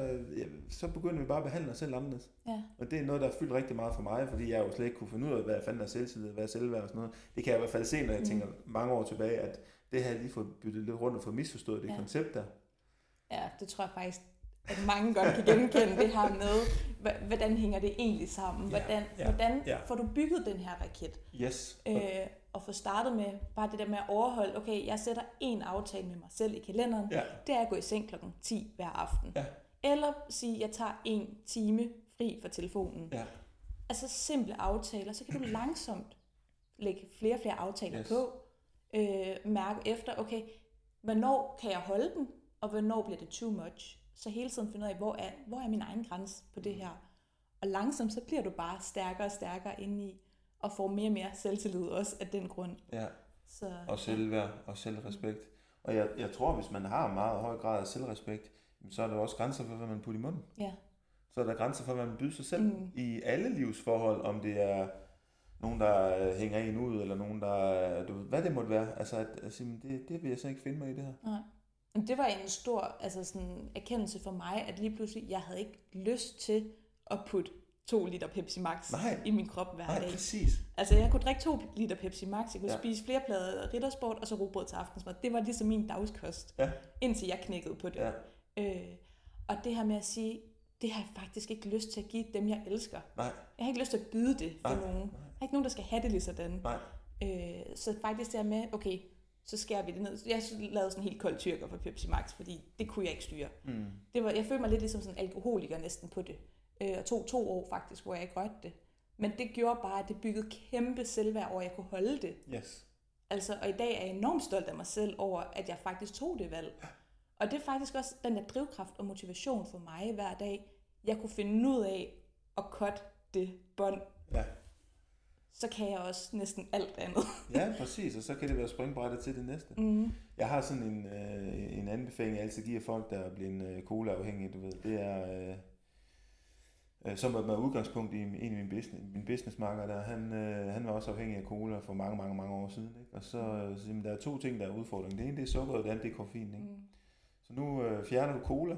så begynder vi bare at behandle os selv anderledes. Ja. Og det er noget, der har fyldt rigtig meget for mig, fordi jeg jo slet ikke kunne finde ud af, hvad fanden er selvtillid, hvad er selvværd og sådan noget. Det kan jeg i hvert fald se, når jeg tænker mange år tilbage, at det har jeg lige fået byttet lidt rundt og fået misforstået det koncept der. Ja, det tror jeg faktisk, at mange godt kan genkende det her med, hvordan hænger det egentlig sammen? Hvordan får du bygget den her raket? Yes. Og få startet med bare det der med at overholde, okay, jeg sætter en aftale med mig selv i kalenderen, det er at gå i seng klokken 10 hver aften. Ja. Eller sige, at jeg tager 1 time fri fra telefonen. Ja. Altså simple aftaler, så kan du langsomt lægge flere og flere aftaler på, mærke efter, okay, hvornår kan jeg holde den, og hvornår bliver det too much? Så hele tiden finde ud af, hvor er min egen grænse på det her? Og langsomt, så bliver du bare stærkere og stærkere indeni, og får mere og mere selvtillid også af den grund. Ja, og selvværd og selvrespekt. Og jeg tror, hvis man har en meget høj grad af selvrespekt, så er der også grænser for, hvad man putter i munden. Ja. Så er der grænser for, hvad man byder sig selv i alle livsforhold, om det er nogen, der hænger en ud, eller nogen, der, du ved, hvad det måtte være. Altså, at sige, det vil jeg så ikke finde mig i det her. Nej. Men det var en stor erkendelse for mig, at lige pludselig, jeg havde ikke lyst til at putte 2 liter Pepsi Max i min krop hver dag. Præcis. Altså, jeg kunne drikke 2 liter Pepsi Max, jeg kunne spise flere plader Riddersport, og så rugbrød til aftensmad. Det var ligesom min dagskost, indtil jeg knækkede på det. Ja. Og det her med at sige, det har jeg faktisk ikke lyst til at give dem, jeg elsker. Nej. Jeg har ikke lyst til at byde det for nogen. Jeg har ikke nogen, der skal have det lige sådan. Så faktisk det her med, okay, så skærer vi det ned. Jeg lavede sådan en helt kold tyrker for Pepsi Max, fordi det kunne jeg ikke styre. Jeg følte mig lidt ligesom sådan en alkoholiker næsten på det. Og tog 2 år faktisk, hvor jeg ikke rørte det. Men det gjorde bare, at det byggede kæmpe selvværd over, at jeg kunne holde det. Yes. Altså, og i dag er jeg enormt stolt af mig selv over, at jeg faktisk tog det valg. Ja. Og det er faktisk også den der drivkraft og motivation for mig hver dag. Jeg kunne finde ud af at cutte det bånd. Ja. Så kan jeg også næsten alt andet. Ja, præcis. Og så kan det være springbrættet til det næste. Jeg har sådan en anbefaling, jeg altid giver folk, der er blevet cola-afhængige, du ved. Det er... som var med udgangspunkt i en af min businessmarker der, han var også afhængig af cola for mange år siden, ikke? Og så der er 2 ting, der er udfordringen. Det ene det er sukker, og det andet det er koffein, ikke? Så nu fjerner du cola,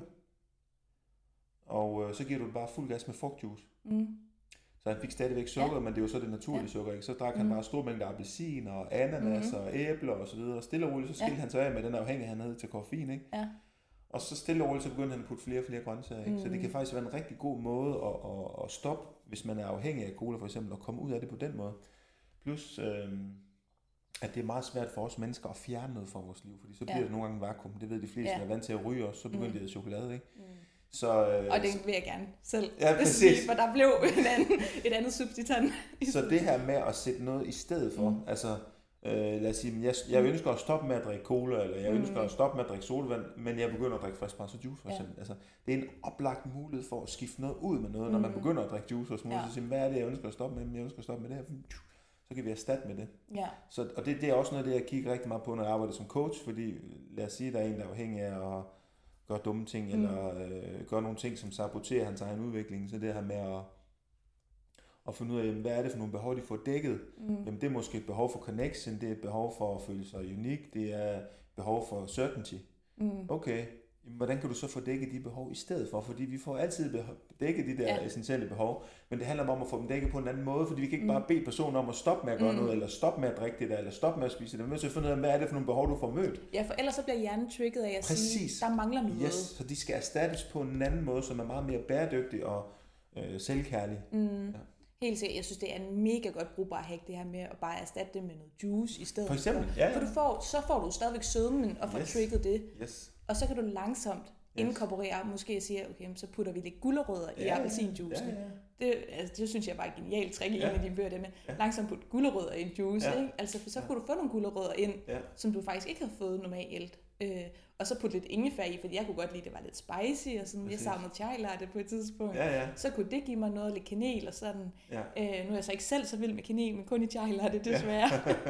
og så giver du bare fuld gas med frugtjuice. Så han fik stadigvæk sukker, men det var så det naturlige sukker, ikke? Så drak han bare store mængder appelsin og ananas og æbler og så videre, og stille og roligt, så skilte han sig af med den afhængighed, han havde til koffein, ikke? Ja. Og så stille og roligt, så begyndte han at putte flere og flere grøntsager, ikke? Så det kan faktisk være en rigtig god måde at stoppe, hvis man er afhængig af cola for eksempel, og komme ud af det på den måde. Plus, at det er meget svært for os mennesker at fjerne noget fra vores liv, fordi så bliver det nogle gange vakuum. Det ved de fleste, der er vant til at ryge også, så begynder de at chokolade, ikke? Og det vil jeg gerne selv sige, for der blev et andet substitut. Så det her med at sætte noget i stedet for, altså lad os sige, jeg ønsker at stoppe med at drikke cola, eller jeg ønsker at stoppe med at drikke solvand, men jeg begynder at drikke frisk juice for eksempel. Altså, det er en oplagt mulighed for at skifte noget ud med noget, når man begynder at drikke juice og smoothie, så siger, hvad er det, jeg ønsker at stoppe med? Jeg ønsker at stoppe med det her. Så kan vi erstatte med det. Ja. Og det er også noget af det, jeg kigger rigtig meget på, når jeg arbejder som coach, fordi lad os sige, at der er en, der er afhængig af at gøre dumme ting, eller gøre nogle ting, som saboterer hans egen udvikling, så det her med at finde ud af, hvad er det for nogle behov, de får dækket. Jamen, det er måske et behov for connection, det er et behov for at føle sig unik, det er et behov for certainty. Okay, hvordan kan du så få dækket de behov i stedet for? Fordi vi får altid dækket de der essentielle behov, men det handler om at få dem dækket på en anden måde, fordi vi kan ikke bare bede personen om at stoppe med at gøre noget, eller stoppe med at drikke det der, eller stoppe med at spise det. Vi er nødt til at finde ud af, hvad er det for nogle behov, du får mødt. Ja, for ellers så bliver hjernen trigget af at sige, der mangler noget. Yes, så de skal erstattes på en anden måde, som er meget mere bæredygtig og selvkærlig. Ja. Helt sikkert. Jeg synes, det er en mega godt brugbar hack, det her med at bare erstatte det med noget juice i stedet. For eksempel, ja. For så får du stadigvæk sødmen og får trigget det. Yes. Og så kan du langsomt inkorporere, måske at sige, okay, så putter vi lidt gulerødder i appelsinjuicen. Det synes jeg bare er genialt trick i en af dine bøger, det med langsomt putte gulerødder i en juice. Ikke? Altså, for så kunne du få nogle gulerødder ind, som du faktisk ikke havde fået normalt. Og så putte lidt ingefær i, fordi jeg kunne godt lide, det var lidt spicy, og sådan, jeg savnede chai latte på et tidspunkt. Så kunne det give mig noget, lidt kanel og sådan. Nu er jeg så ikke selv så vild med kanel, men kun i chai latte, desværre.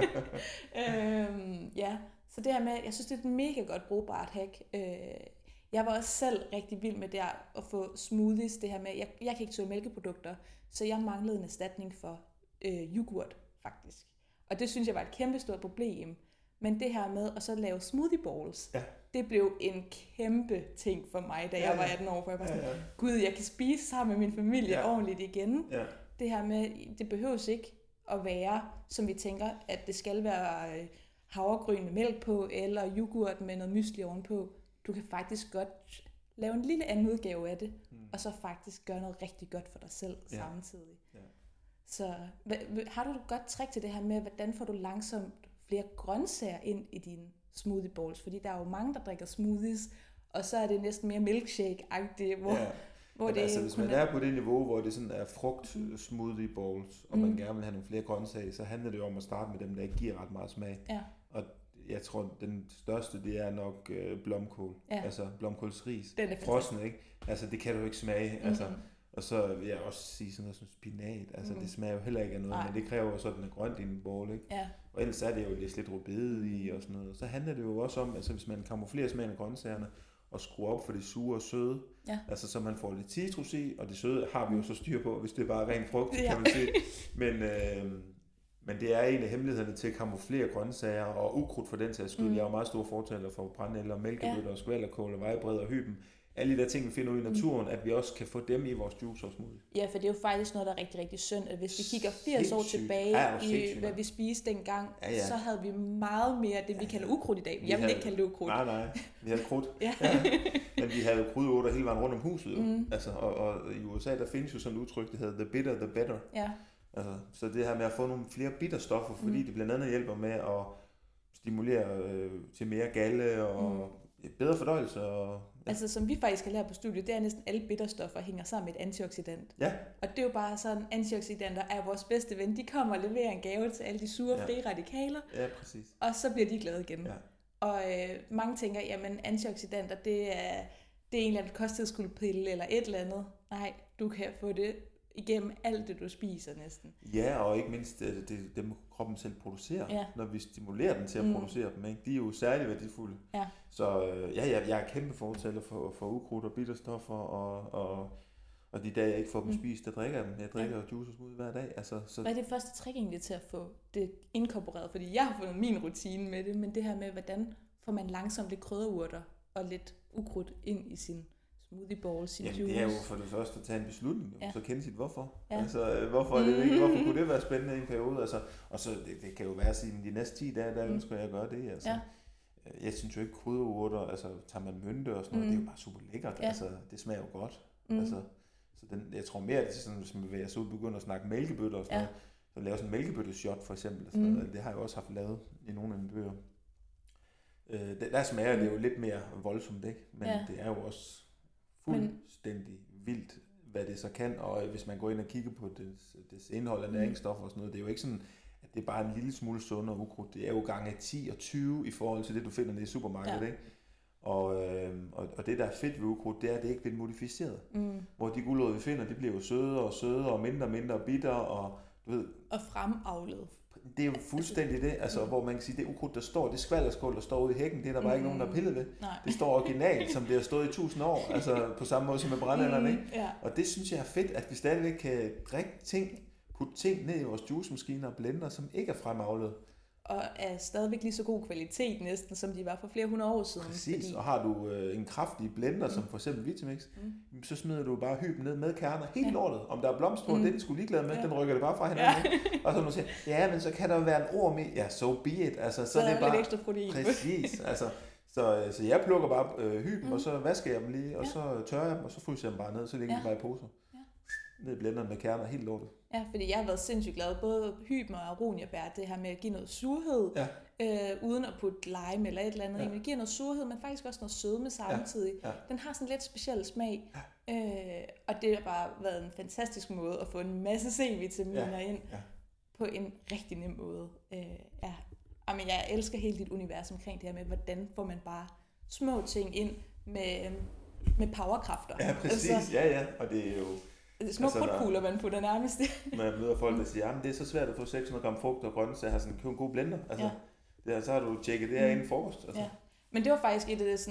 Så det her med, jeg synes, det er et mega godt brugbart hack. Jeg var også selv rigtig vild med det at få smoothies, det her med, jeg kan ikke tåle mælkeprodukter, så jeg manglede en erstatning for yoghurt, faktisk. Og det synes jeg var et kæmpestort problem. Men det her med at så lave smoothie bowls, det blev en kæmpe ting for mig, da jeg var 18 år, for jeg var sådan, gud, jeg kan spise sammen med min familie ordentligt igen. Det her med, det behøves ikke at være, som vi tænker, at det skal være havregryn med mælk på, eller yoghurt med noget mysli ovenpå. Du kan faktisk godt lave en lille anden udgave af det, og så faktisk gøre noget rigtig godt for dig selv samtidig. Så har du et godt trick til det her med, hvordan får du langsomt flere grøntsager ind i dine smoothie bowls? Fordi der er jo mange, der drikker smoothies, og så er det næsten mere milkshake-agtigt, hvor det altså, hvis man er på det niveau, hvor det sådan er frugt smoothie bowls, og man gerne vil have nogle flere grøntsager, så handler det jo om at starte med dem, der ikke giver ret meget smag. Og jeg tror, den største, det er nok blomkål. Altså blomkålsris. Frossen, ikke? Altså, det kan du ikke smage. Altså, og så vil jeg også sige sådan noget som spinat. Altså, det smager jo heller ikke af noget, men det kræver også, at den er grønt i en bowl, ikke? Og ellers er det jo lidt rødbede i og sådan noget. Og så handler det jo også om, altså hvis man kamuflerer smagen af grøntsagerne, og skruer op for det sure og søde. Altså, så man får lidt citrus i, og det søde har vi jo så styr på, hvis det er bare ren frugt, kan man sige. Men det er en af hemmelighederne til at kamuflere grøntsager og ukrudt for den sags skyld. Jeg er jo meget stor fortaler for brændenælder, mælkebøtter, skvalderkål, vejbred og hyben. Alle de der ting, vi finder ud i naturen, at vi også kan få dem i vores juice og smoothie. Ja, for det er jo faktisk noget, der er rigtig, rigtig synd, at hvis vi kigger 80 år tilbage i, hvad vi spiste dengang, så havde vi meget mere det, vi kalder ukrudt i dag. Jeg vil ikke kalde det ukrudt. Nej, vi havde krudt. Men vi havde jo krydderurter hele vejen rundt om huset. Altså, og i USA, der findes jo sådan et udtryk, der hedder the bitter, the better. Altså, så det her med at få nogle flere bitterstoffer, fordi det blandt andet hjælper med at stimulere til mere galle og bedre fordøjelse. Altså som vi faktisk har lært på studiet, det er næsten alle bitterstoffer hænger sammen med et antioxidant. Og det er jo bare sådan, antioxidanter er vores bedste ven. De kommer og leverer en gave til alle de sure frie radikaler. Ja, præcis. Og så bliver de glade igen. Og mange tænker, jamen antioxidanter, det er en eller anden kosttilskudspille eller et eller andet. Nej, du kan få det igennem alt det, du spiser næsten. Ja, og ikke mindst det dem kroppen selv producerer, når vi stimulerer den til at producere dem. Ikke? De er jo særlig værdifulde. Så jeg er kæmpe fortaler for ukrudt og bitterstoffer, og de dage, jeg ikke får dem spist, der drikker jeg dem. Jeg drikker juice og smoothie hver dag. Altså, så... Hvad er det første trick egentlig til at få det inkorporeret? Fordi jeg har fundet min rutine med det, men det her med, hvordan får man langsomt lidt krydderurter og lidt ukrudt ind i sin smoothie bowl, sin juice. Det er jo for det første at tage en beslutning, så kende sit hvorfor. Altså, hvorfor er det ikke? Hvorfor kunne det være spændende i en periode? Altså, og så det kan jo være at sige, at de næste 10 dage, der ønsker jeg at gøre det. Altså. Jeg synes jo ikke krydderurter, altså tager man mynte og sådan noget, det er jo bare super lækkert. Altså, det smager jo godt. Altså, så jeg tror mere, at det er sådan, hvis man bevæger sig ud og begynder at snakke mælkebøtter og sådan noget, så lave sådan en mælkebøtteshot for eksempel. Og sådan noget. Det har jeg også haft lavet i nogle af mine bøger. Der smager det jo lidt mere voldsomt, ikke? Men det er jo også fuldstændig vildt, hvad det så kan, og hvis man går ind og kigger på dets indhold af næringsstoffer og sådan noget, det er jo ikke sådan, at det er bare en lille smule sundere ukrudt, det er jo gange 10 og 20 i forhold til det, du finder nede i supermarkedet, ikke? Og det, der er fedt ved ukrudt, det er, at det ikke bliver modificeret. Hvor de gulerødder, vi finder, de bliver jo sødere og sødere og mindre bitter, og du ved... Og fremavlet. Det er jo fuldstændig det, altså, hvor man kan sige, det ukrudt, der står, det skvalderskål, der står ude i hækken, det er der bare ikke nogen, der har pillet ved. Nej. Det står originalt, som det har stået i 1000 år, altså på samme måde som med brændænderne, ikke? Ja. Og det synes jeg er fedt, at vi stadigvæk kan putte ting ned i vores juicemaskiner og blender, som ikke er fremavlet. Og er stadigvæk lige så god kvalitet næsten, som de var for flere hundrede år siden. Præcis, og har du en kraftig blender, som for eksempel Vitamix, så smider du bare hyben ned med kerner, helt lortet. Om der er blomst på, den skulle ligeglad med, den rykker det bare fra hinanden. Og så nu siger, ja, men så kan der jo være en orm i, ja, so be it. Altså, så er det bare lidt ekstra protein. Præcis, altså. Så jeg plukker bare hyben, og så vasker jeg dem lige, og så tørrer jeg dem, og så fryser jeg dem bare ned, så ligger de bare i poser. Ned i blenderen med kerner, helt lortet. Ja, fordi jeg har været sindssygt glad, både hyben og aroniabær, det her med at give noget surhed, uden at putte lime eller et eller andet. Det giver noget surhed, men faktisk også noget sødme samtidig. Den har sådan en lidt speciel smag, og det har bare været en fantastisk måde at få en masse C-vitaminer ind på en rigtig nem måde. Jamen, jeg elsker helt dit univers omkring det her med, hvordan får man bare små ting ind med powerkræfter. Ja, præcis. Altså, ja, og det er jo... Små krudtkugler, man putter nærmest i. Når jeg møder folk, der siger, at det er så svært at få 600 gram frugt og grønne, så jeg har sådan købt en god blender. Altså, så har du tjekket det her inden frokost. Altså. Ja. Men det var faktisk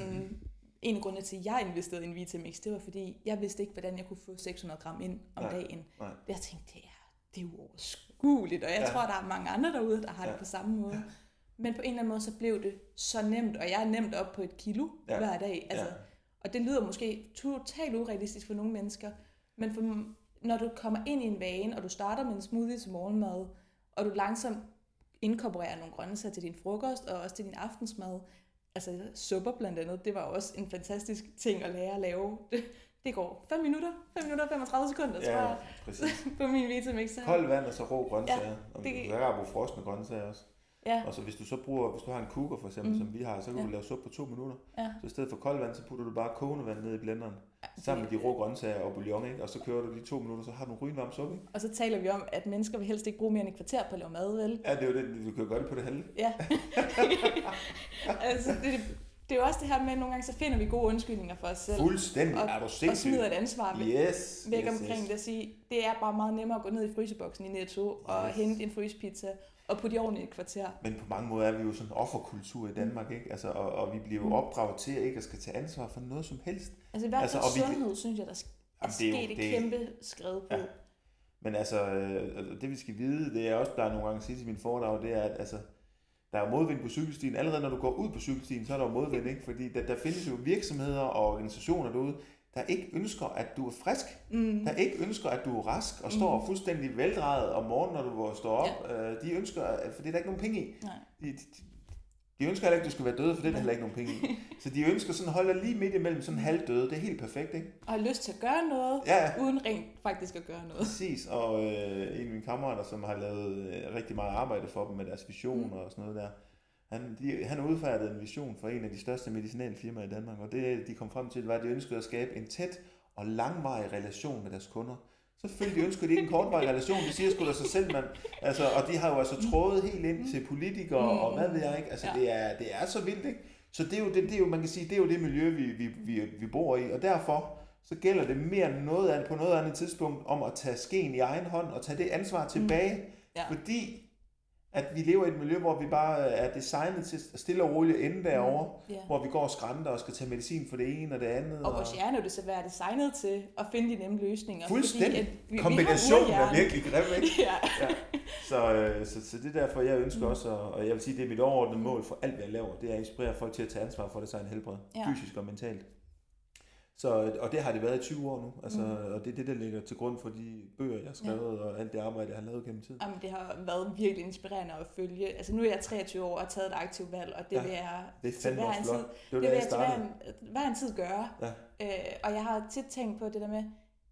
en af grundene til, at jeg investerede i en Vitamix. Det var fordi, jeg vidste ikke, hvordan jeg kunne få 600 gram ind om dagen. Jeg tænkte, det er jo overskueligt, og jeg tror, der er mange andre derude, der har det på samme måde. Ja. Men på en eller anden måde, så blev det så nemt, og jeg er nemt op på 1 kilo hver dag. Altså, og det lyder måske totalt urealistisk for nogle mennesker, men når du kommer ind i en vane, og du starter med en smoothie til morgenmad, og du langsomt inkorporerer nogle grøntsager til din frokost, og også til din aftensmad, altså supper blandt andet, det var også en fantastisk ting at lære at lave. Det går 5 minutter og 35 sekunder, tror jeg, på min Vitamix. Koldt vand og så rå grøntsager. Og du kan bruge frosne grøntsager også. Ja. Og så hvis du har en cooker for eksempel, som vi har, så kan du lave suppe på 2 minutter. Ja. Så i stedet for koldt vand, så putter du bare kogende vand ned i blenderen, sammen med de rå grøntsager og bouillon, ikke? Og så kører du de 2 minutter, så har du en rygende varm suppe, ikke? Og så taler vi om, at mennesker vil helst ikke bruge mere end et kvarter på at lave mad, vel? Ja, det er jo det, du kan gøre det på det halve. Ja. Altså, det er jo også det her med, at nogle gange så finder vi gode undskyldninger for os selv. Fuldstændig, er du sindssyg. Og smider et ansvar væk omkring det at sige, det er bare meget nemmere at gå ned i fryseboksen i Netto og hente en frysepizza og putte i ovnen i et kvarter. Men på mange måder er vi jo sådan en offerkultur i Danmark, ikke? Altså, og vi bliver jo opdraget til ikke at skal tage ansvar for noget som helst. Altså i hvert fald sundhed, synes jeg, der er sket et kæmpe skred på. Ja. Men altså, det vi skal vide, det er også, der er nogle gange at sige til mine foredrag, det er, at altså, der er modvind på cykelstien. Allerede når du går ud på cykelstien, så er der modvind, ikke? Fordi der findes jo virksomheder og organisationer derude, der ikke ønsker, at du er frisk. Der ikke ønsker, at du er rask og står fuldstændig veldrejet om morgenen, når du står op. Ja. De ønsker, for det er der ikke nogen penge i. De ønsker heller ikke, at du skal være død, for det er der heller ikke nogen penge i. Så de ønsker sådan at holde dig lige midt imellem sådan halvdøde. Det er helt perfekt, ikke? Og har lyst til at gøre noget, uden rent faktisk at gøre noget. Præcis, og en af mine kammerater, som har lavet rigtig meget arbejde for dem med deres visioner og sådan noget der, han har udfærdiget en vision for en af de største medicinalfirmaer i Danmark, og det de kom frem til, var, at de ønskede at skabe en tæt og langvarig relation med deres kunder. Selvfølgelig ønsker de ikke en kortvarig relation, det siger sgu da sig selv, mand. Altså, og de har jo altså trådet helt ind til politikere, og hvad ved jeg ikke, altså det er så vildt, ikke? Så det er jo, man kan sige, det er jo det miljø, vi bor i, og derfor så gælder det mere end noget andet, på noget andet tidspunkt, om at tage skeen i egen hånd, og tage det ansvar tilbage, fordi at vi lever i et miljø, hvor vi bare er designet til stille og roligt ende derovre, hvor vi går og skrænter og skal tage medicin for det ene og det andet. Og vores hjerne er jo desværre designet til at finde de nemme løsninger. Fuldstændig. Fordi, kombinationen er virkelig grim, ikke? Så det er derfor, jeg ønsker også, og jeg vil sige, det er mit overordnede mål for alt, hvad jeg laver, det er at inspirere folk til at tage ansvar for deres egen helbred, fysisk og mentalt. Og det har det været i 20 år nu, altså, og det er det, der ligger til grund for de bøger, jeg har skrevet, og alt det arbejde, jeg har lavet gennem tiden. Jamen, det har været virkelig inspirerende at følge. Altså, nu er jeg 23 år og har taget et aktivt valg, og det vil jeg til hver en tid gøre. Ja. Og jeg har tit tænkt på det der med,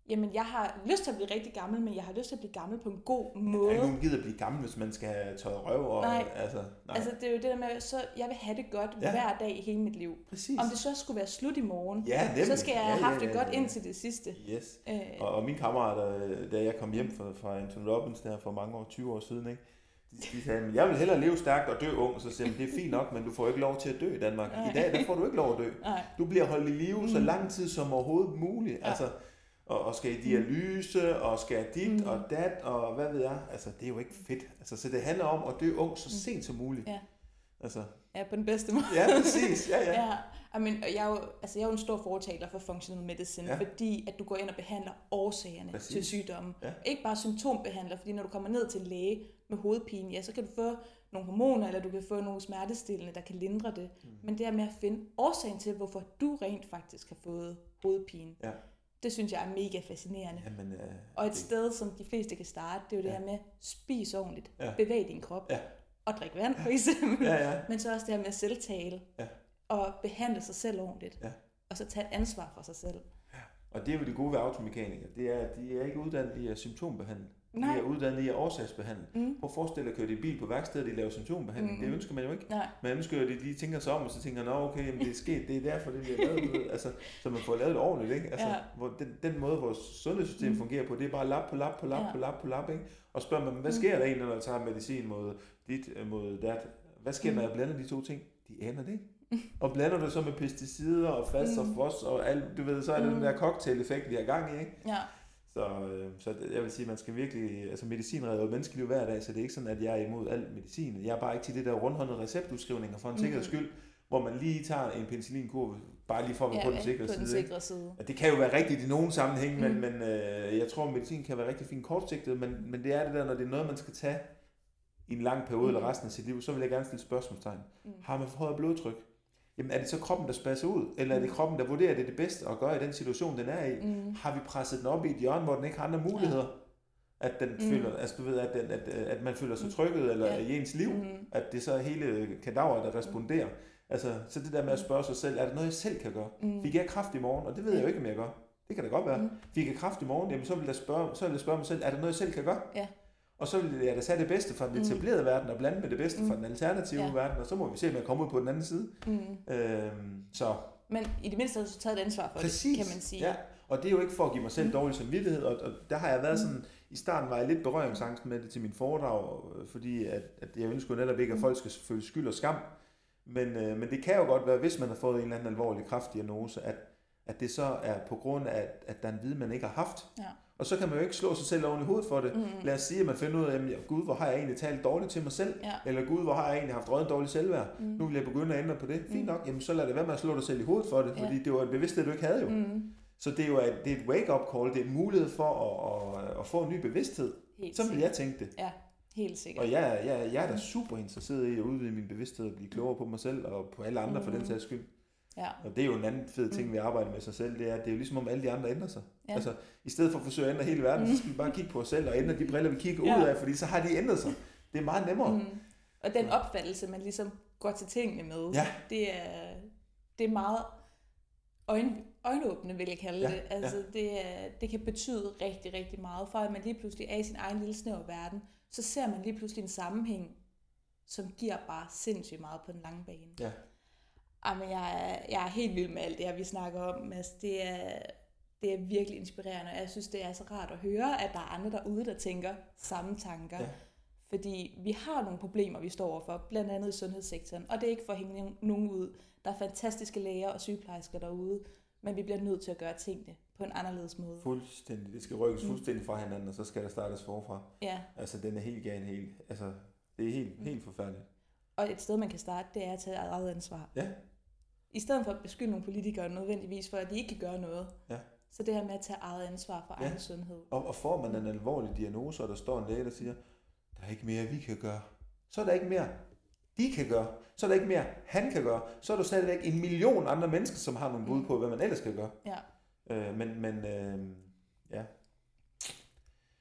Jamen, jeg har lyst til at blive rigtig gammel, men jeg har lyst til at blive gammel på en god måde. Er nogen gider at blive gammel, hvis man skal have tøjet røv? Og, nej. Nej. Altså, det er jo det der med, så jeg vil have det godt hver dag i hele mit liv. Præcis. Om det så skulle være slut i morgen, så skal jeg have haft det godt indtil det sidste. Yes. Og mine kammerater, da jeg kom hjem fra Anthony Robbins der for mange år, 20 år siden, ikke? De sagde, jeg vil hellere leve stærkt og dø ung. Så siger de, det er fint nok, men du får ikke lov til at dø i Danmark. I dag, der får du ikke lov at dø. Du bliver holdt i live så lang tid som overhovedet muligt. Altså, og skal i dialyse, og skal dit og dat, og hvad ved jeg. Altså, det er jo ikke fedt. Altså, så det handler om at dø ung så sent som muligt. Ja. Altså. Ja, på den bedste måde. Ja, præcis. Ja. Jeg er jo en stor fortaler for functional medicine, fordi at du går ind og behandler årsagerne til sygdommen. Ja. Ikke bare symptombehandler, fordi når du kommer ned til læge med hovedpine, ja, så kan du få nogle hormoner, eller du kan få nogle smertestillende, der kan lindre det. Men det er med at finde årsagen til, hvorfor du rent faktisk har fået hovedpine. Ja. Det synes jeg er mega fascinerende. Jamen, og et sted, som de fleste kan starte, det er jo det her med, spis ordentligt, bevæg din krop, og drik vand for eksempel. Men så også det her med selvtale, og behandle sig selv ordentligt, og så tage et ansvar for sig selv. Ja. Og det er jo det gode ved automekanikere, det er, at de er ikke uddannet i at symptombehandle. De er uddannet i at årsagsbehandle. Prøv at forestille dig at køre i bil på værkstedet, de laver symptombehandling. Det ønsker man jo ikke. Man ønsker jo, at de tænker sig om, og så tænker, nå okay, jamen, det er sket, det er derfor, det bliver lavet. Altså, så man får lavet det ordentligt, ikke? Altså, hvor den måde, vores sundhedssystem fungerer på, det er bare lap på lap, ikke? Og spørger man, hvad sker der egentlig, når jeg tager medicin mod dit, mod dat? Hvad sker der, når jeg blander de to ting? De aner det ikke. Og blander du så med pesticider og fast og fos og alt, du ved, så er det den der cocktail-effekt, vi har gang i, ikke? Ja. Så jeg vil sige, man skal virkelig, altså medicin redder jo menneskeliv hver dag, så det er ikke sådan, at jeg er imod al medicin. Jeg er bare ikke til det der rundhåndede receptudskrivninger for en sikkerheds skyld, hvor man lige tager en penicillinkurve, bare lige for at være på den sikre side. Det kan jo være rigtigt i nogle sammenhæng, men jeg tror, at medicin kan være rigtig fint kortsigtet, men det er det der, når det er noget, man skal tage i en lang periode eller resten af sit liv, så vil jeg gerne stille spørgsmålstegn. Har man forhøjet blodtryk? Jamen er det så kroppen, der spasser ud? Eller er det kroppen, der vurderer, det er det bedste at gøre i den situation, den er i? Har vi presset den op i et hjørne, hvor den ikke har andre muligheder? At den føler, altså du ved, at man føler sig trykket eller i ens liv? At det så er hele kadaveret, der responderer? Altså, så det der med at spørge sig selv, er der noget, jeg selv kan gøre? Fik jeg kræft i morgen? Og det ved jeg jo ikke, om jeg gør. Det kan da godt være. Fik jeg kræft i morgen? Jamen så vil jeg spørge mig selv, er der noget, jeg selv kan gøre? Ja. Og så vil jeg da tage det bedste fra den etablerede verden og blande med det bedste fra den alternative verden, og så må vi se, om jeg kommer ud på den anden side. Så. Men i det mindste har du så taget et ansvar for det, kan man sige. Ja, og det er jo ikke for at give mig selv dårlig samvittighed, og der har jeg været sådan, i starten var jeg lidt berøringsangst med det til min foredrag, fordi at jeg ønsker netop ikke, at folk skal føle skyld og skam, men det kan jo godt være, hvis man har fået en eller anden alvorlig kræftdiagnose, at det så er på grund af, at der er en viden, man ikke har haft. Ja. Og så kan man jo ikke slå sig selv oven i hovedet for det. Lad os sige, at man finder ud af, gud, hvor har jeg egentlig talt dårligt til mig selv? Ja. Eller gud, hvor har jeg egentlig haft røget dårlig selvværd? Nu vil jeg begynde at ændre på det. Fint nok, jamen så lad det være med at slå dig selv i hovedet for det, fordi det var en bevidsthed, du ikke havde jo. Så det er jo det er et wake-up call, det er en mulighed for at få en ny bevidsthed. Så vil jeg tænke det. Ja, helt sikkert. Og jeg er da super interesseret i at udvide min bevidsthed og blive klogere på mig selv og på alle andre for den sags skyld. Ja. Og det er jo en anden fed ting, vi arbejder med sig selv, det er jo ligesom om alle de andre ændrer sig. Ja. Altså, i stedet for at forsøge at ændre hele verden, så skal vi bare kigge på os selv og ændre de briller, vi kigger ud af, fordi så har de ændret sig. Det er meget nemmere. Og den opfattelse, man ligesom går til tingene med, det er meget øjenåbne, vil jeg kalde det. Altså, det kan betyde rigtig, rigtig meget, for at man lige pludselig er i sin egen lille snævre verden, så ser man lige pludselig en sammenhæng, som giver bare sindssygt meget på den lange bane. Ja. Jamen, jeg er helt vild med alt det her, vi snakker om, Mads. Det er virkelig inspirerende, og jeg synes, det er så rart at høre, at der er andre derude, der tænker samme tanker. Ja. Fordi vi har nogle problemer, vi står overfor, blandt andet i sundhedssektoren, og det er ikke for at hænge nogen ud. Der er fantastiske læger og sygeplejersker derude, men vi bliver nødt til at gøre tingene på en anderledes måde. Fuldstændig. Det skal rykkes fuldstændig fra hinanden, og så skal der startes forfra. Ja. Altså, den er helt gal. Altså, det er helt forfærdeligt. Og et sted, man kan starte, det er at tage eget ansvar. Ja. I stedet for at beskylde nogle politikere nødvendigvis for, at de ikke kan gøre noget. Ja. Så det her med at tage eget ansvar for egen sundhed. Og får man en alvorlig diagnose, og der står en læge, der siger, der er ikke mere, vi kan gøre. Så er der ikke mere, de kan gøre. Så er der ikke mere, han kan gøre. Så er der stadigvæk 1 million andre mennesker, som har nogle bud på, hvad man ellers kan gøre. Ja. Ja.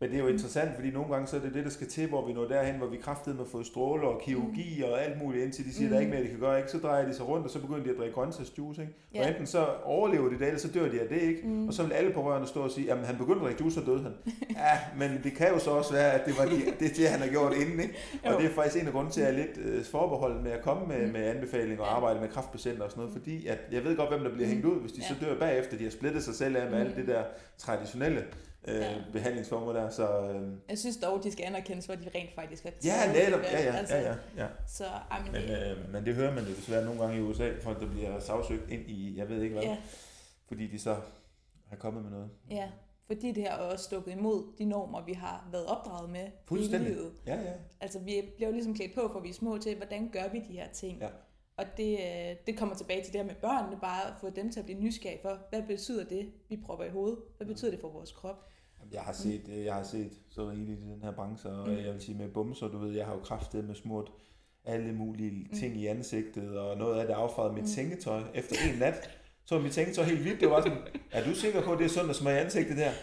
Men det er jo interessant, fordi nogle gange så er det det, der skal til, hvor vi når derhen, hvor vi kraftedeme har fået stråler og kirurgi og alt muligt, indtil de siger, der er ikke mere, de kan gøre, ikke? Så drejer de sig rundt, og så begynder de at drikke grøntsagsjuice, ikke? Og enten så overlever de det, eller så dør de af det, ikke? Og så vil alle pårørende stå og sige, jamen han begyndte at drikke juice, så døde han. Ja, men det kan jo så også være, at det var det han har gjort inden, ikke? Og det er faktisk en af grunden til, at jeg er lidt forbeholden med at komme med anbefalinger og arbejde med kræftpatienter og sådan noget, fordi at jeg ved godt, hvem der bliver hængt ud, hvis de så dør bagefter, de har splittet sig selv af med alt det der traditionelle behandlingsformer der, så... Jeg synes dog, de skal anerkendes, hvor de rent faktisk har taget. Ja, netop, ja. Så, men det hører man jo desværre nogle gange i USA, folk der bliver sagsøgt ind i, jeg ved ikke hvad, fordi de så har kommet med noget. Ja, fordi det har også stukket imod de normer, vi har været opdraget med i livet. Ja. Altså, vi bliver jo ligesom klædt på, for vi er små til, hvordan gør vi de her ting. Ja. Og det kommer tilbage til det her med børnene, bare at få dem til at blive nysgerrige for, hvad betyder det, vi propper i hovedet? Hvad betyder det for vores krop? Jeg har set så rigeligt i den her branche, og jeg vil sige med bumser, du ved, jeg har jo kraftet med smurt alle mulige ting i ansigtet, og noget af det affrede mit sengetøj efter en nat. Så var mit sengetøj helt vildt, det var sådan, er du sikker på, at det er sundt at smøre i ansigtet der?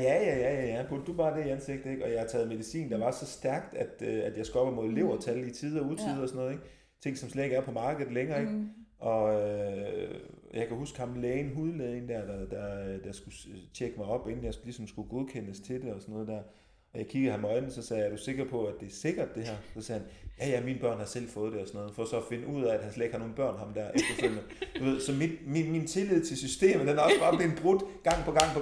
Ja, putte du bare det i ansigtet, ikke? Og jeg har taget medicin, der var så stærkt, at jeg skal op mod levertal i tider og utider og sådan noget, ikke? Ting, som slet ikke er på markedet længere, ikke? Og jeg kan huske ham lægen, hudlægen der skulle tjekke mig op, inden jeg ligesom skulle godkendes til det og sådan noget der. Og jeg kiggede ham i øjnene, så sagde jeg, er du sikker på, at det er sikkert det her? Så sagde han, ja, mine børn har selv fået det og sådan noget, for så at finde ud af, at han slet ikke har nogen børn, ham der efterfølgende. Du ved, så min tillid til systemet, den er også bare blevet brudt gang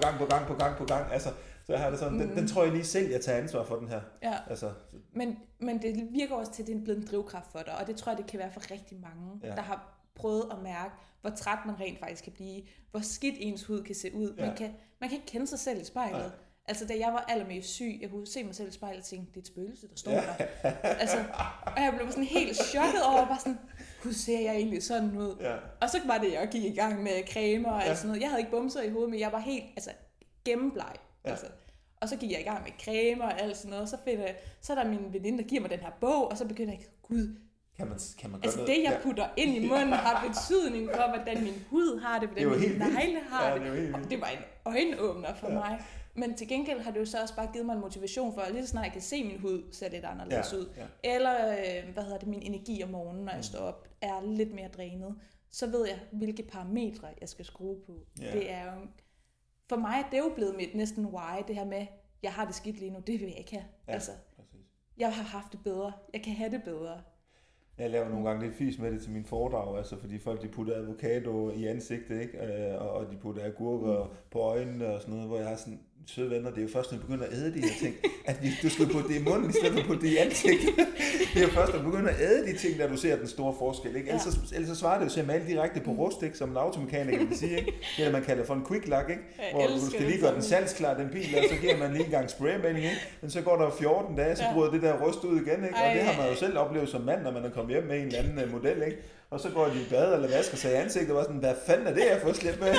på gang. Altså, så jeg har det sådan, den tror jeg lige selv, jeg tager ansvar for den her. Ja. Altså, men det virker også til, at det er blevet en drivkraft for dig, og det tror jeg, det kan være for rigtig mange, der har prøvet at mærke, hvor træt man rent faktisk kan blive, hvor skidt ens hud kan se ud. Man kan ikke kende sig selv i spejlet. Ja. Altså, da jeg var allermest syg, jeg kunne se mig selv i spejlet og tænke, det er et spøgelse, der står der. Altså, og jeg blev sådan helt chokket over, bare sådan, hvordan ser jeg egentlig sådan ud? Ja. Og så var det, jeg gik i gang med cremer og alt sådan noget. Jeg havde ikke bumser i hovedet, men jeg var helt gennembleg. Ja. Altså. Og så gik jeg i gang med cremer og alt sådan noget, så er der min veninde, der giver mig den her bog, og så begynder jeg, gud, kan man altså det, jeg putter ind i munden, har betydning for, hvordan min hud har det, hvordan min negle har det. Og det var en øjenåbner for mig. Men til gengæld har det jo så også bare givet mig en motivation for, at lige så snart jeg kan se min hud, ser lidt anderledes ud. Ja. Eller, min energi om morgenen, når jeg står op, er lidt mere drænet. Så ved jeg, hvilke parametre jeg skal skrue på. Ja. Det er jo, for mig det er jo blevet mit næsten why, det her med, jeg har det skidt lige nu, det vil jeg ikke have. Ja, altså, jeg har haft det bedre, jeg kan have det bedre. Jeg laver nogle gange lidt fis med det til mine foredrag, altså fordi folk de putter avocado i ansigtet, ikke? Og de putter agurker på øjnene og sådan noget, hvor jeg har sådan, søde venner, det er jo først, når du begynder at æde de her ting, at du skal putte det i munden, i stedet for at putte det i ansigtet. Det er jo først, når du begynder at æde de ting, der du ser den store forskel, ikke? Ellers så svarer det jo til at male direkte på rust, ikke? Som en automekaniker vil sige, ikke? Det man kalder for en quick lock, ikke? Hvor du skal lige gøre den salgsklar, den bil, og så giver man lige en gang spraymaling, ikke? Men så går der 14 dage, så bryder det der rust ud igen, ikke? Og det har man jo selv oplevet som mand, når man er kommet hjem med en eller anden model, ikke? Og så går de i bad eller vasker sig i ansigtet, og var sådan, hvad fanden er det, jeg får slet med?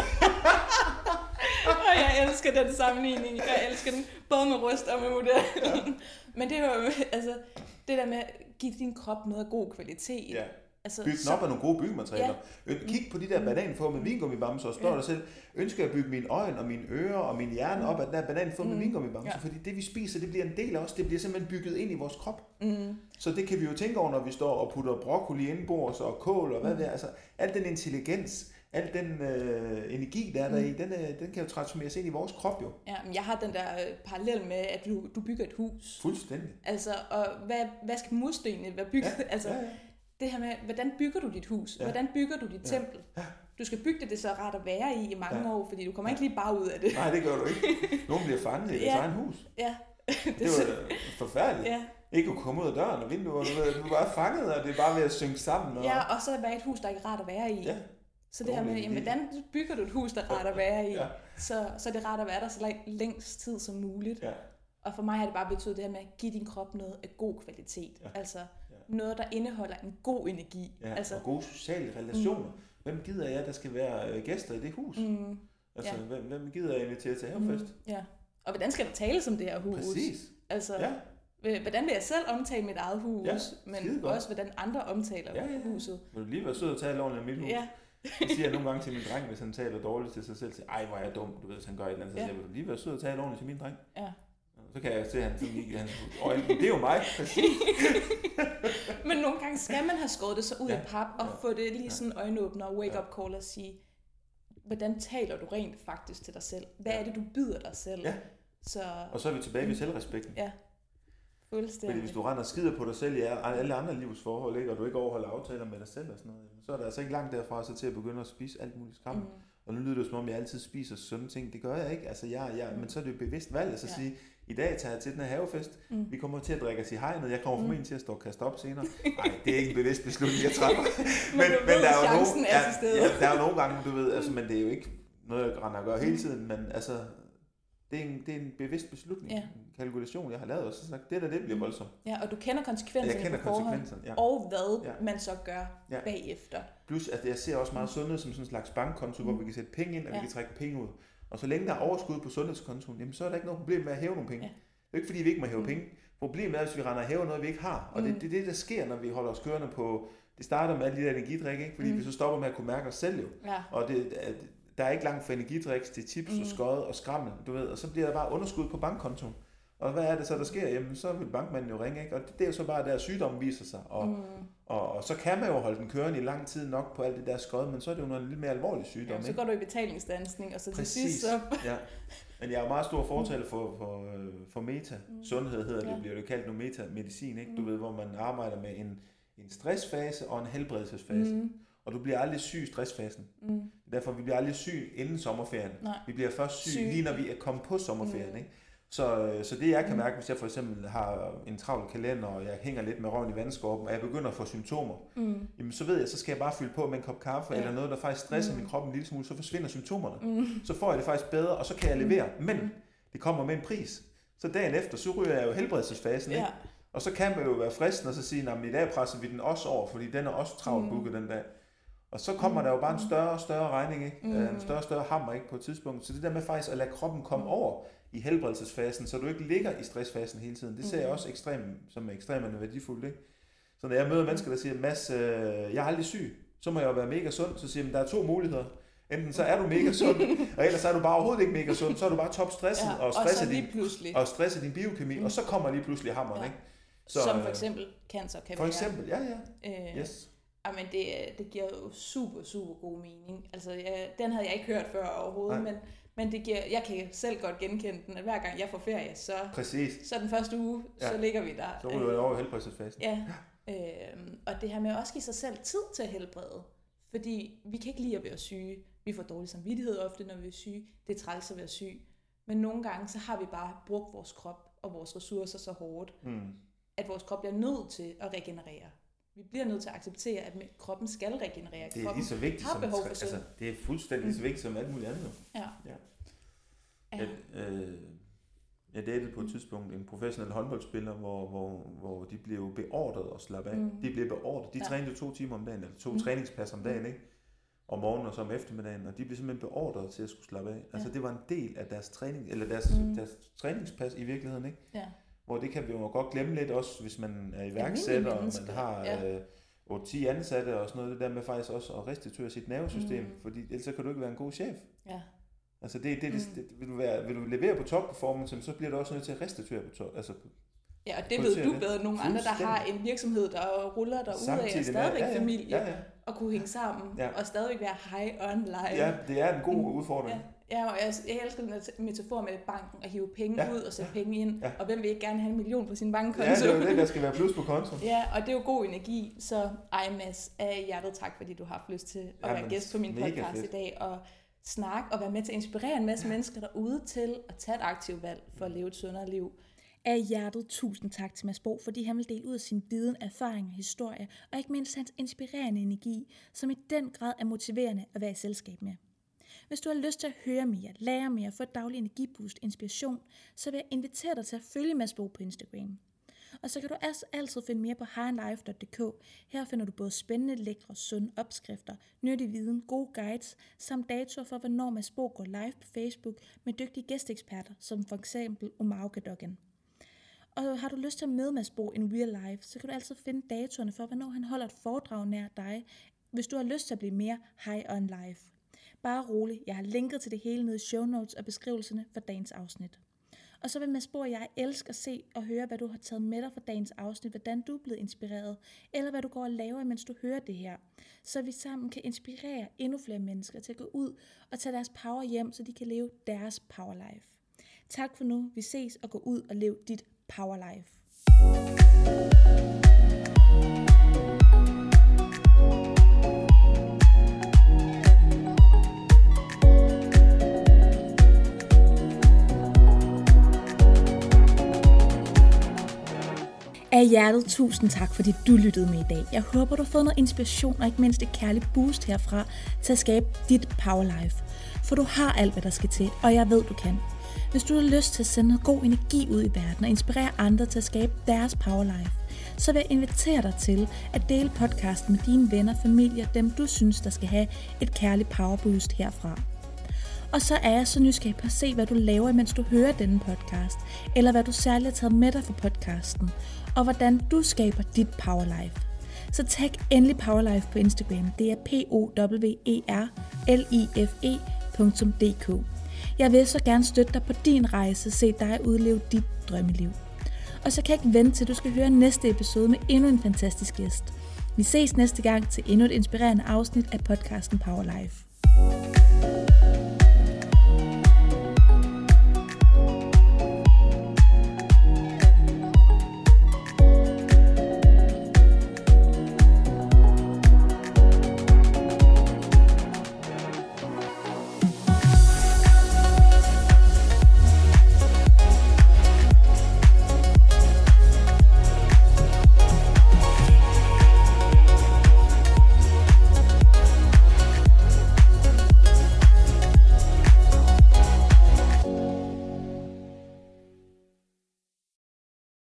Og jeg elsker den sammenligning. Jeg elsker den både med rust og med model. Ja. Men det er jo altså det der med at give din krop noget god kvalitet. Ja. Altså, bygge den op af nogle gode byggematerialer. Ja. Kig på de der bananformede vingummibamser, og spørg dig selv, ønsker jeg at bygge mine øjne og mine ører og min hjerne op af den der bananformede vingummibamser, fordi det vi spiser, det bliver en del af os, det bliver simpelthen bygget ind i vores krop. Så det kan vi jo tænke over, når vi står og putter broccoli indenbords og kål og hvad det er. Altså, al den intelligens, al den energi, der er der i, den kan jo transformeres ind i vores krop jo. Ja, men jeg har den der parallel med, at du bygger et hus. Fuldstændig. Altså, og hvad skal murstenene være bygget? Ja, altså, det her med, hvordan bygger du dit hus? Ja. Hvordan bygger du dit tempel? Ja. Du skal bygge det så rart at være i mange år, fordi du kommer ikke lige bare ud af det. Nej, det gør du ikke. Nogen bliver fanget i deres egen hus. Ja. Det var forfærdeligt. Ja. Ikke at komme ud af døren og vinduet, du er bare fanget, og det er bare ved at synke sammen. Ja, og så er det et hus, der ikke er rart at være i. Ja. Så det her med, jamen, hvordan bygger du et hus, der er rart at være i? Ja. Så er det rart at være der så længst tid som muligt. Ja. Og for mig har det bare betydet det her med at give din krop noget af god kvalitet. Ja. Altså noget, der indeholder en god energi. Ja, altså, og gode sociale relationer. Hvem gider jeg, der skal være gæster i det hus? Altså, hvem gider jeg invitere til havefest? Ja. Og hvordan skal der tales om det her hus? Præcis. Altså, hvordan vil jeg selv omtale mit eget hus, men også hvordan andre omtaler huset. Vil du lige være sød og tale ordentligt om mit hus? Ja. Det siger jeg nogle gange til min dreng, hvis han taler dårligt til sig selv, ej, hvor er jeg dum, du ved, hvis han gør et eller andet, så siger jeg, vil du lige være sød og tale ordentligt til min dreng? Ja. Så Så kan jeg se, at han i hans øjne, det er jo mig, præcis. Men nogle gange skal man have skåret det så ud af pap, og få det lige sådan øjenåbner og wake-up call og sige, hvordan taler du rent faktisk til dig selv? Hvad er det, du byder dig selv? Ja. Og så er vi tilbage ved selvrespekten. Ja, fuldstændig. Fordi hvis du render og skider på dig selv i alle andre livsforhold, ikke, og du ikke overholder aftaler med dig selv og sådan noget, så er der altså ikke langt derfra så til at begynde at spise alt muligt skram. Og nu lyder det som om, jeg altid spiser sunde ting. Det gør jeg ikke. Altså, men så er det jo bevidst valg. Altså sige, i dag tager jeg til den her havefest. Vi kommer til at drikke os i hegnet. Jeg kommer formentlig til at stå og kaste op senere. Nej, det er ikke en bevidst beslutning, jeg træffer. men der er jo der er jo nogle gange, du ved, altså, men det er jo ikke noget, jeg render og gør hele tiden, men altså, det er en bevidst beslutning, en kalkulation, jeg har lavet, og så sagt, det bliver voldsomt. Ja, og du kender konsekvenserne på forhånd, og hvad man så gør bagefter. Plus, at jeg ser også meget sundhed som sådan en slags bankkonto, hvor vi kan sætte penge ind, og vi kan trække penge ud. Og så længe der er overskud på sundhedskontoen, jamen, så er der ikke noget problem med at hæve nogle penge. Det er ikke fordi, vi ikke må hæve penge. Problemet er, hvis vi render og hæver noget, vi ikke har. Og det er det, der sker, når vi holder os kørende på. Det starter med alle de der energidrik, ikke? Fordi vi så stopper med at kunne mærke os selv jo. Ja. Og der er ikke langt fra energidriks til chips og skod og skrammel, du ved. Og så bliver der bare underskud på bankkontoen. Og hvad er det så, der sker? Jamen, så vil bankmanden jo ringe, ikke? Og det er jo så bare, der sygdommen viser sig. Og så kan man jo holde den kørende i lang tid nok på alt det der skod, men så er det jo noget lidt mere alvorlig sygdom. Ja, så går du i betalingsdansning, og så til sidst så... Ja. Men jeg er jo meget stor fortaler for meta. Sundhed hedder det, bliver det kaldt nu meta-medicin, ikke? Du ved, hvor man arbejder med en stressfase og en helbredelsesfase. Og du bliver aldrig syg i stressfasen. Derfor vi bliver aldrig syg inden sommerferien. Nej. Vi bliver først syg lige når vi er kommet på sommerferien, ikke? Så det jeg kan mærke, hvis jeg for eksempel har en travl kalender, og jeg hænger lidt med røven i vandskorpen, og jeg begynder at få symptomer, jamen så ved jeg, så skal jeg bare fylde på med en kop kaffe, eller noget, der faktisk stresser min krop en lille smule, så forsvinder symptomerne. Så får jeg det faktisk bedre, og så kan jeg levere. Men det kommer med en pris. Så dagen efter, så ryger jeg jo helbredelsesfasen, ikke? Og så kan man jo være fristen og så sige, at i dag presser vi den også over, fordi den er også travlt booket den dag. Og så kommer der jo bare en større og større regning, ikke? En større og større hammer, ikke, på et tidspunkt. Så det der med faktisk at lade kroppen komme over i helbredelsesfasen, så du ikke ligger i stressfasen hele tiden, det ser jeg også som ekstremt værdifuldt, ikke? Så når jeg møder mennesker, der siger, Mads, jeg er aldrig syg, så må jeg jo være mega sund, så siger jeg, der er 2 muligheder. Enten så er du mega sund, og ellers så er du bare overhovedet ikke mega sund, så er du bare topstresset og stresser din biokemi, og så kommer lige pludselig hammeren, ikke? Så, som for eksempel cancer kan være. For eksempel, yes. Men det giver jo super, super god mening. Altså, den havde jeg ikke hørt før overhovedet, men det giver, jeg kan selv godt genkende den, at hver gang jeg får ferie, så den første uge, så ligger vi der. Så ryger jeg over i helbredelsesfasen. Ja, og det her med at også give sig selv tid til at helbrede. Fordi vi kan ikke lide at være syge. Vi får dårlig samvittighed ofte, når vi er syge. Det er træls at være syg. Men nogle gange, så har vi bare brugt vores krop og vores ressourcer så hårdt, at vores krop bliver nødt til at regenerere. Vi bliver nødt til at acceptere, at kroppen skal regenerere. Det er lige så vigtigt som altså, det er fuldstændig så vigtigt som alt muligt andet. Jeg datede på et tidspunkt en professionel håndboldspiller, hvor de blev beordret at slappe af. De blev beordret. De trænede 2 timer om dagen, eller 2 træningspas om dagen, ikke? Om morgenen og så om eftermiddagen, og de blev simpelthen beordret til at skulle slappe af. Altså det var en del af deres træning, eller deres træningspas i virkeligheden, ikke? Ja. Hvor det kan vi jo godt glemme lidt også, hvis man er iværksætter, og man har 8-10 ansatte og sådan noget, det der med faktisk også at restituere sit nervesystem, fordi ellers kan du ikke være en god chef. Ja. Altså vil du levere på top performance, så bliver du også nødt til at restituere på top. Altså, ja, og det ved du bedre end nogle andre, der har en virksomhed, der ruller derudad, og stadigvæk familie, og kunne hænge sammen, og stadigvæk være high on life. Ja, det er en god udfordring. Ja, og jeg elsker den metafor med banken, at hive penge ud og sætte penge ind, og hvem vil ikke gerne have 1 million på sin bankkonto? Ja, det er jo det, der skal være plus på kontoen. Ja, og det er jo god energi, så Mads, af hjertet tak, fordi du har haft lyst til at være gæst på min podcast i dag, og snakke og være med til at inspirere en masse mennesker derude til at tage et aktivt valg for at leve et sundere liv. Af hjertet tusind tak til Mads Bo, fordi han vil dele ud af sin viden, erfaring og historie, og ikke mindst hans inspirerende energi, som i den grad er motiverende at være i selskab med. Hvis du har lyst til at høre mere, lære mere, få et dagligt energiboost, inspiration, så vil jeg invitere dig til at følge Mads Bo på Instagram. Og så kan du også altid finde mere på highandlife.dk. Her finder du både spændende, lækre, sunde opskrifter, nyttig viden, gode guides, samt datoer for, hvornår Mads Bo går live på Facebook med dygtige gæsteeksperter, som for eksempel Omar Gadogan. Og har du lyst til at møde Mads Bo in real life, så kan du altid finde datoerne for, hvornår han holder et foredrag nær dig, hvis du har lyst til at blive mere high on life. Bare rolig, jeg har linket til det hele nede i show notes og beskrivelserne for dagens afsnit. Og så vil Mads Bo og jeg elske at se og høre, hvad du har taget med dig fra dagens afsnit, hvordan du er blevet inspireret, eller hvad du går og laver, mens du hører det her. Så vi sammen kan inspirere endnu flere mennesker til at gå ud og tage deres power hjem, så de kan leve deres power life. Tak for nu. Vi ses og gå ud og lev dit power life. Af hjertet, tusind tak, fordi du lyttede med i dag. Jeg håber, du har fået noget inspiration og ikke mindst et kærligt boost herfra til at skabe dit power life. For du har alt, hvad der skal til, og jeg ved, du kan. Hvis du har lyst til at sende noget god energi ud i verden og inspirere andre til at skabe deres power life, så vil jeg invitere dig til at dele podcasten med dine venner, familie og dem, du synes, der skal have et kærligt power boost herfra. Og så er jeg så nysgerrig på at se, hvad du laver, mens du hører denne podcast, eller hvad du særligt har taget med dig fra podcasten, og hvordan du skaber dit powerlife. Så tag endelig Powerlife på Instagram. Det er powerlife.dk. Jeg vil så gerne støtte dig på din rejse, se dig udleve dit drømmeliv. Og så kan jeg ikke vente til, du skal høre næste episode med endnu en fantastisk gæst. Vi ses næste gang til endnu et inspirerende afsnit af podcasten Powerlife.